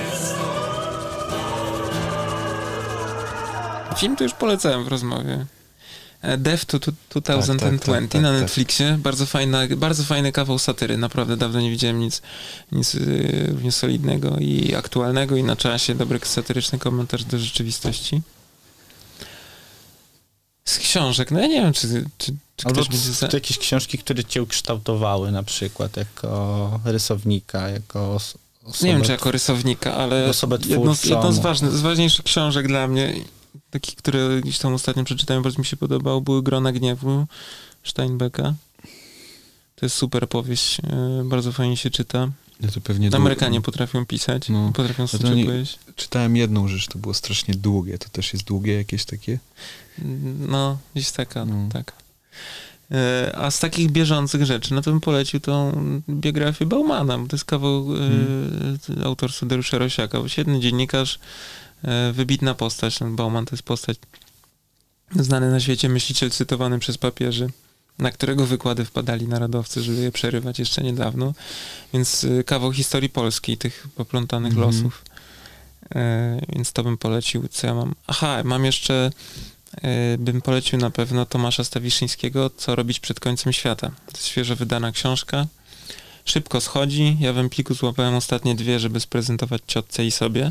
Film to już polecałem w rozmowie. Death to 2020 na Netflixie. Bardzo fajny kawał satyry. Naprawdę dawno nie widziałem nic równie solidnego i aktualnego i na czasie. Dobry satyryczny komentarz do rzeczywistości. Z książek, no ja nie wiem, czy Albo ktoś będzie... to jakieś książki, które cię ukształtowały na przykład jako rysownika, jako osobę. Nie wiem, czy jako rysownika, ale osobę jedno twórczą. z ważniejszych książek dla mnie, takich, które gdzieś tam ostatnio przeczytałem, bardzo mi się podobało, były Grona gniewu Steinbecka. To jest super powieść, bardzo fajnie się czyta. Ja to pewnie Amerykanie potrafią pisać, No. potrafią sobie to nie- powiedzieć. Czytałem jedną rzecz, to było strasznie długie. To też jest długie jakieś takie? No, gdzieś taka, No. tak. A z takich bieżących rzeczy, no to bym polecił tą biografię Baumana, bo to jest kawał autorstwa Dariusza Rosiaka, bo świetny dziennikarz, wybitna postać. No, Bauman to jest postać znany na świecie myśliciel cytowany przez papieży, na którego wykłady wpadali narodowcy, żeby je przerywać jeszcze niedawno. Więc kawał historii Polski, tych poplątanych losów. Więc to bym polecił. Co ja mam? Aha, mam jeszcze bym polecił na pewno Tomasza Stawiszyńskiego Co robić przed końcem świata. To jest świeżo wydana książka. Szybko schodzi. Ja w Empliku złapałem ostatnie 2, żeby sprezentować ciotce i sobie.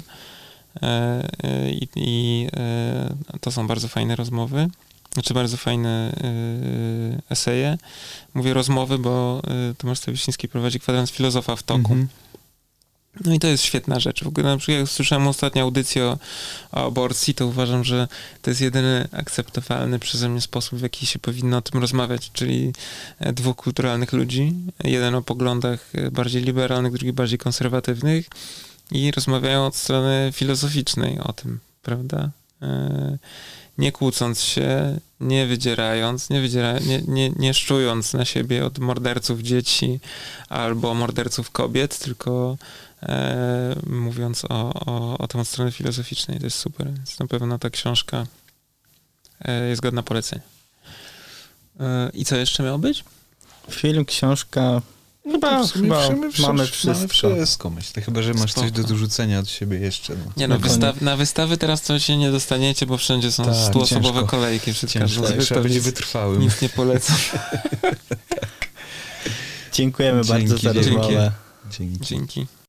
To są bardzo fajne rozmowy. Znaczy bardzo fajne eseje. Mówię rozmowy, bo Tomasz Stawiszyński prowadzi kwadrans filozofa w toku. No i to jest świetna rzecz. W ogóle na przykład jak słyszałem ostatnią audycję o aborcji, to uważam, że to jest jedyny akceptowalny przeze mnie sposób, w jaki się powinno o tym rozmawiać, czyli 2 kulturalnych ludzi, jeden o poglądach bardziej liberalnych, drugi bardziej konserwatywnych i rozmawiają od strony filozoficznej o tym, prawda? Nie kłócąc się, nie wydzierając, nie szczując na siebie od morderców dzieci albo morderców kobiet, tylko mówiąc o tym od strony filozoficznej. To jest super. Więc na pewno ta książka jest godna polecenia. I co jeszcze miało być? Film, książka. Chyba mamy wszystko. Myślę, chyba, że masz coś do dorzucenia od siebie jeszcze. No. Nie no, na wystawy teraz to się nie dostaniecie, bo wszędzie są 100-osobowe kolejki przed każdą Trzeba wystawą. być wytrwałym. Nic nie polecam. Dziękujemy bardzo za rozmowę. Dzięki. Dzięki.